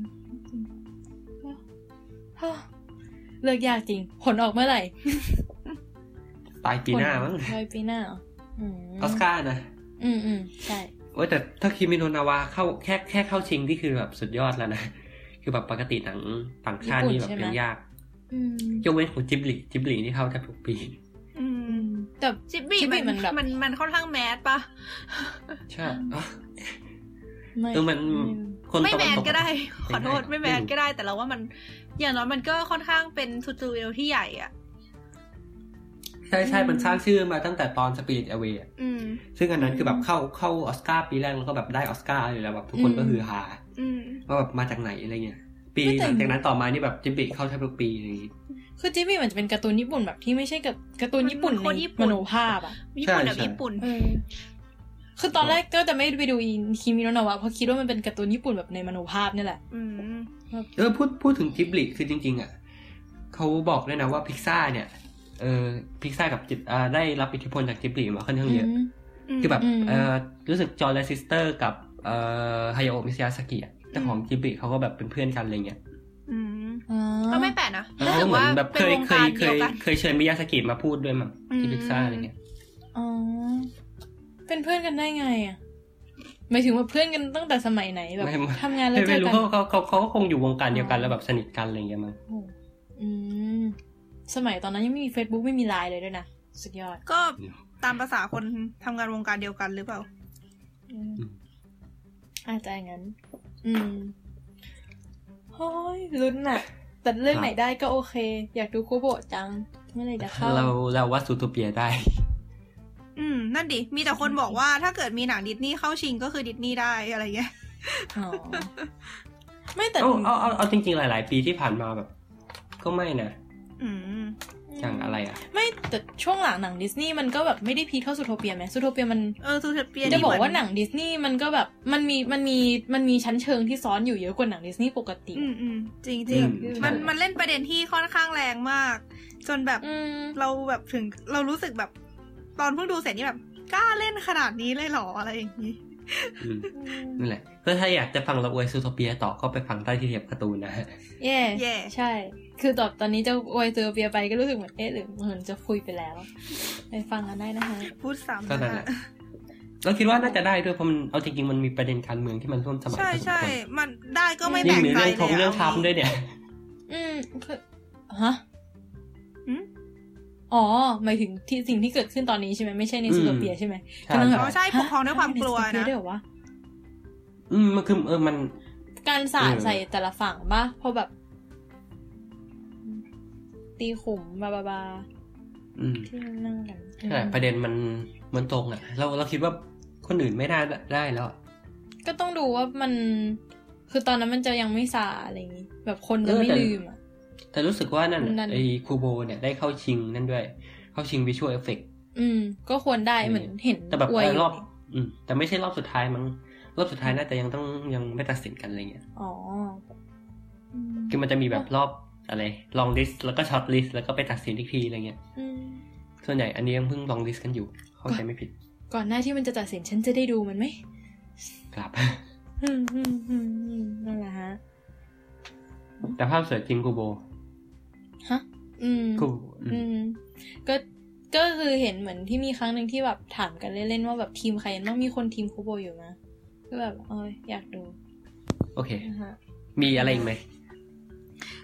เลือกยากจริงผลออกเมื่อไหร่ปลายปีหน้ามั้งปลายปีหน้าออสการ์นะอืมอืมใช่ว่าแต่ถ้าคิมิโนะนะวะเข้าแค่แค่เข้าชิงที่คือแบบสุดยอดแล้วนะคือแบบปกติหนังต่างชาตินี่แบบยังยากยกเว้นของจิบลิจิบลิที่เข้าแทบทุกปีแต่จิบลิมันแบบมันมันค่อนข้างแมสป่ะใช่ไม่เออมันคนไม่แมสก็ได้ขอโทษไม่แมสก็ได้แต่เราว่ามันอย่างน้อยมันก็ค่อนข้างเป็นสตูดิโอที่ใหญ่อ่ะใช่ใช่มันสร้างชื่อมาตั้งแต่ตอน Spirit Away อ่ะซึ่งอันนั้นคือแบบเข้าเข้าออสการ์ปีแรกแล้วก็แบบได้ออสการ์เลยแล้วแบบทุกคนก็ฮือฮาว่าแบบมาจากไหนอะไรเงี้ยปีหลังจากนั้นต่อมานี่แบบจิบลิเข้าแทบทุกปีอะไรอย่างงี้คือจิบลิมันจะเป็นการ์ตูนญี่ปุ่นแบบที่ไม่ใช่กับการ์ตูนญี่ปุ่นในมโนภาพอ่ะญี่ปุ่นแบบญี่ปุ่นคือตอนแรกก็จะไม่ไปดูคิมิโนะนะวะเพราะคิดว่ามันเป็นการ์ตูนญี่ปุ่นแบบในมโนภาพนี่แหละเออพูดพูดถึงจิบลิคือจริงๆอ่ะเขาบอกด้วยนะว่าพิกซ่าเนี่ยเออพิกซ่ากับจิบอ่าได้รับอิทธิพลจากจิบลิมาค่อนข้างเยอะคือแบบเออรู้สึกจอร์แดนซิสเตอร์กับเอ่อฮายาโอะมิซายาสกิอ่ะเจ้าของจิบลิเขาก็แบบเป็นเพื่อนกันอะไรเงี้ยก็ไม่แปลกนะรู้สึกว่าแบบเคยเคยเคยเคยเชิญมิยาสกิมาพูดด้วยมั้งที่พิกซ่าอะไรเงี้ยอ๋อเป็นเพื่อนกันได้ไงอ่ะหมายถึงว่าเพื่อนกันตั้งแต่สมัยไหนแบบทำงานแล้วเจอกันเขาเขาเขาเขาก็คงอยู่วงการเดียวกันแล้วแบบสนิทกันอะไรเงี้ยมั้งอืมสมัยตอนนั้นยังไม่มี Facebook ไม่มี ไลน์ เลยด้วยนะสุดยอดก็ตามภาษาคนทำงานวงการเดียวกันหรือเปล่าอาจจะอย่างนั้นอืมโอ้ยลุ้นน่ะแต่เรื่องไหนได้ก็โอเคอยากดูคูโบะจังเมื่อไหร่จะเข้าเราเราว่าซูโทเปียได้อืมนั่นดิมีแต่คนบอกว่าถ้าเกิดมีหนังดิสนีย์เข้าชิงก็คือดิสนีย์ได้อะไรเงี้ยอ๋อไม่แต่เอาเอาเอาเอาจริงๆหลายๆปีที่ผ่านมาแบบก็ไม่นะอืมอย่างอะไรอ่ะไม่แต่ช่วงหลังหนังดิสนีย์มันก็แบบไม่ได้พีคเท่าซูโทเปียไหมซูโทเปียมันเออซูโทเปียจะบอกว่าหนังดิสนีย์มันก็แบบมันมีมันมีมันมีชั้นเชิงที่ซ้อนอยู่เยอะกว่าหนังดิสนีย์ปกติอืมอืมจริงจริงมันมันเล่นประเด็นที่ค่อนข้างแรงมากจนแบบเราแบบถึงเรารู้สึกแบบตอนเพิ่งดูเสร็จนี่แบบกล้าเล่นขนาดนี้เลยหรออะไรอย่างนี้นั่นแหละก็ถ้าอยากจะฟังเราอวยซูโทเปียต่อก็ไปฟังใต้ที่เทียบการ์ตูนนะฮะเย่เย่ใช่คือตอบตอนนี้จะอวยซูโทเปียไปก็รู้สึกเหมือนเอ๊ะหรือเหมือนจะคุยไปแล้วไปฟังกันได้นะคะพูดซ้ำก็นั่นแหละเราคิดว่าน่าจะได้ด้วยเพราะมันเอาจริงๆมันมีประเด็นการเมืองที่มันร่วมสมัยใช่ใช่มันได้ก็ไม่แปลกใจเลยเรื่องทงเรื่องทำด้วยเนี่ยอืมคือฮะอ๋อหมายถึงที่สิ่งที่เกิดขึ้นตอนนี้ใช่ไหมไม่ใช่ในซูโทเปียใช่ไหมกำลังแบบใช่ปกครองด้วยความกลัวนะได้เหรอวะอืมมันคือเออมันการสาดใส่แต่ละฝั่งป่ะพอแบบตีขุมบาบาบาที่นั่งกันใช่ประเด็นมันมันตรงอ่ะเราเราคิดว่าคนอื่นไม่ได้ได้แล้วก็ต้องดูว่ามันคือตอนนั้นมันจะยังไม่ซาอะไรอย่างงี้แบบคนจะไม่ลืมอ่ะแต่รู้สึกว่านั่นไอ้คูโบเนี่ยได้เข้าชิงนั่นด้วยเข้าชิงวิชวลเอฟเฟคอืมก็ควรได้เหมือนเห็นแต่แบบรอบอืมแต่ไม่ใช่รอบสุดท้ายมั้งรอบสุดท้ายน่าจะยังต้องยังไม่ตัดสินกันอะไรเงี้ยอ๋อคือมันจะมีแบบรอบอะไรลองลิสต์แล้วก็ช็อตลิสต์แล้วก็ไปตัดสินอีกทีอะไรเงี้ยส่วนใหญ่อันนี้ยังเพิ่งลองลิสต์กันอยู่เข้าใจไม่ผิดก่อนหน้าที่มันจะตัดสินฉันจะได้ดูมันไหมครับนั่นแหละฮะแต่ภาพสวยจริงคูโบฮะอืมอืมก็ก็คือเห็นเหมือนที่มีครั้งหนึ่งที่แบบถามกันเล่นๆว่าแบบทีมใครต้องมีคนทีมคูโบอยู่นะก็แบบเอออยากดูโอเคมีอะไรอีกไหม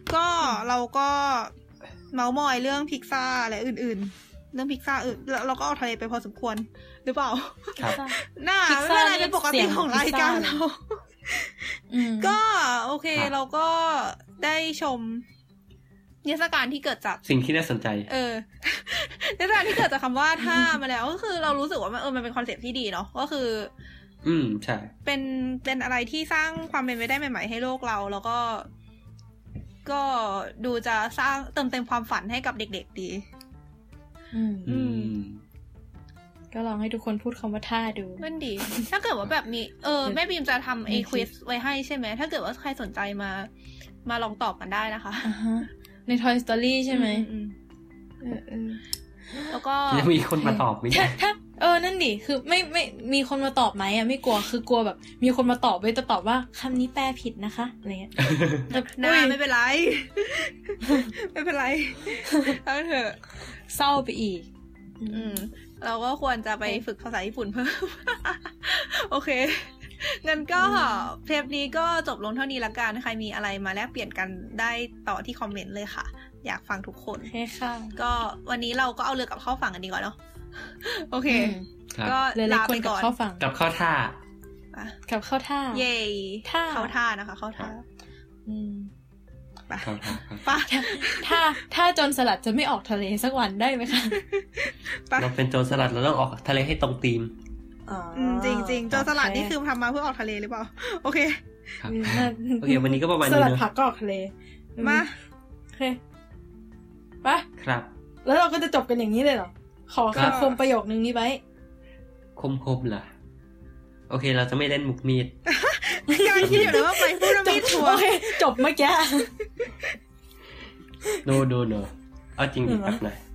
ก็เราก็เมาส์มอยเรื่องพิกซ่าและอื่นๆเรื่องพิกซ่าอื่นเราก็เอาทะเลไปพอสมควรหรือเปล่าครับน่าไม่เป็นไรเป็นปกติของรายการเราก็โอเคเราก็ได้ชมนิทรรศการที่เกิดจากสิ่งที่น่าสนใจเออนิทรรศการที่เกิดจากคำว่าถ้ามาแล้วก็คือเรารู้สึกว่ามันเออมันเป็นคอนเซ็ปต์ที่ดีเนาะก็คืออืมใช่เป็นเป็นอะไรที่สร้างความเป็นไปได้ใหม่ๆให้โลกเราแล้วก็ก็ดูจะสร้างเติมเต็มความฝันให้กับเด็กๆดีอืมอืมก็ลองให้ทุกคนพูดคำว่าท่าดูมันดีถ้าเกิดว่าแบบมีเออแม่บีมจะทำไอ้ควิสไว้ให้ใช่ไหมถ้าเกิดว่าใครสนใจมามาลองตอบกันได้นะคะใน Toy Story ใช่ไหมเออเออแล้วก็จะมีคนมาตอบไหมถ้าถ้าเออนั่นดิคือไม่ไม่มีคนมาตอบไหมอ่ะไม่กลัวคือกลัวแบบมีคนมาตอบไว้จะตอบว่าคำนี้แปลผิดนะคะอะไรเงี้ยน่าไม่เป็นไรไม่เป็นไรเอาเถอะเศร้าไปอีกอืมเราก็ควรจะไปฝึกภาษาญี่ปุ่นเพิ่มโอเคงั้นก็เทปนี้ก็จบลงเท่านี้ละกันใครมีอะไรมาแลกเปลี่ยนกันได้ต่อที่คอมเมนต์เลยค่ะอยากฟังทุกคนโอเคค่ะก็วันนี้เราก็เอาเรือกับเข้าฝั่งกันดีกว่าเนาะโอเคก็ลาไปก่อนกับเข้าท่ากับเข้าท่าเย่ท่าเข้าท่านะคะเข้าท่าอืมไปไปถ้าถ้าโจรสลัดจะไม่ออกทะเลสักวันได้ไหมคะเราเป็นโจรสลัดเราต้องออกทะเลให้ตรงธีมจริงจริงโจรสลัดนี่คือทำมาเพื่อออกทะเลหรือเปล่าโอเคโอเควันนี้ก็ประมาณนี้สลัดผักก็ออกทะเลมาโอเคไปครับแล้วเราก็จะจบกันอย่างนี้เลยเหรอขอคำคมประโยคนึงนี้ไว้คมคมเหรอโอเคเราจะไม่เล่นมุกมีดยังคิดอยู่เลยว่าไปพูดมีดชัวร์จบเมื่อกี้โนโนโนเอาจริงดิครับนาย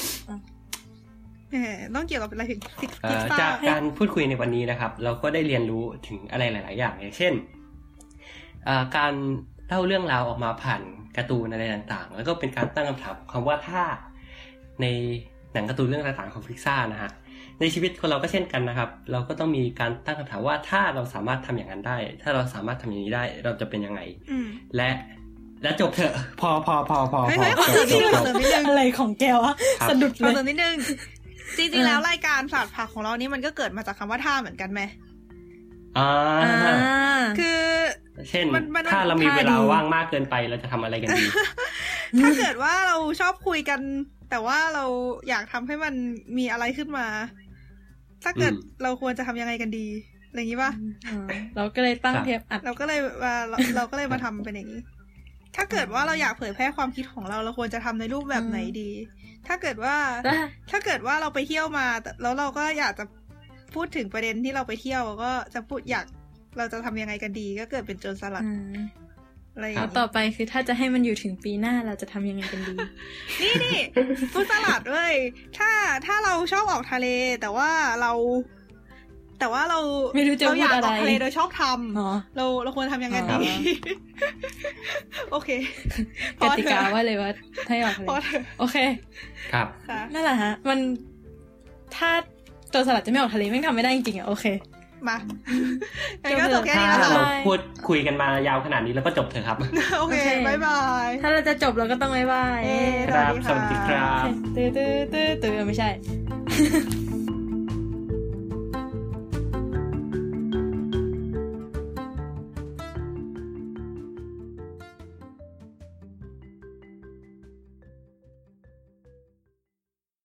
ต้องเกี่ยวกับอะไรถึงจากการพูดคุยในวันนี้นะครับเราก็ได้เรียนรู้ถึงอะไรหลายๆอย่างอย่างเช่นการเล่าเรื่องราวออกมาผ่านการ์ตูนอะไรต่างๆแล้วก็เป็นการตั้งคำถามคำว่าถ้าในหนังการ์ตูนเรื่องต่างๆของพิกซ่านะฮะในชีวิตคนเราก็เช่นกันนะครับเราก็ต้องมีการตั้งคำถามว่าถ้าเราสามารถทำอย่างนั้นได้ถ้าเราสามารถทำอย่างนี้ได้เราจะเป็นยังไงและและจบเถอะพอพอพอพอพออะไรของแกวะสะดุดเลยนิดนึงจริงๆแล้วรายการศาสตร์ผักของเรานี่มันก็เกิดมาจากคำว่าท่าเหมือนกันไหมอ่าคือเช่นถ้าเรามีเวลาว่างมากเกินไปเราจะทำอะไรกันดีถ้าเกิดว่าเราชอบคุยกันแต่ว่าเราอยากทำให้มันมีอะไรขึ้นมาถ้าเกิดเราควรจะทำยังไงกันดีอะไรอย่างนี้ป่ะเราก็เลยตั้งเทปอัดเราก็เลยว่าเราก็เลยมาทำเป็นอย่างนี้ถ้าเกิดว่าเราอยากเผยแพร่ความคิดของเราเราควรจะทำในรูปแบบไหนดีถ้าเกิดว่าถ้าเกิดว่าเราไปเที่ยวมาแล้วเราก็อยากจะพูดถึงประเด็นที่เราไปเที่ยวก็จะพูดอยากเราจะทำยังไงกันดีก็เกิดเป็นโจรสลัดอะไรอย่างนี้ต่อไปคือถ้าจะให้มันอยู่ถึงปีหน้าเราจะทำยังไงกันดีนี่นี่โจรสลัดเลยถ้าถ้าเราชอบออกทะเลแต่ว่าเราแต่ว่าเราเราอยากออกทะเลโดยชอบทำเราเราควรทำยังไงดีโอเคกติกาว่าเลยว่าให้ออกทะเลโอเคครับนั่นแหละฮะมันถ้าโจรสลัดจะไม่ออกทะเลไม่ทำไม่ได้จริงๆอ่ะโอเคมาก็จบแค่นี้แล้วเราพูดคุยกันมายาวขนาดนี้แล้วก็จบเถอะครับโอเคบายบายถ้าเราจะจบเราก็ต้องบายบายครับสวัสดีครับตื้อตื้อตื้อตื้อไม่ใช่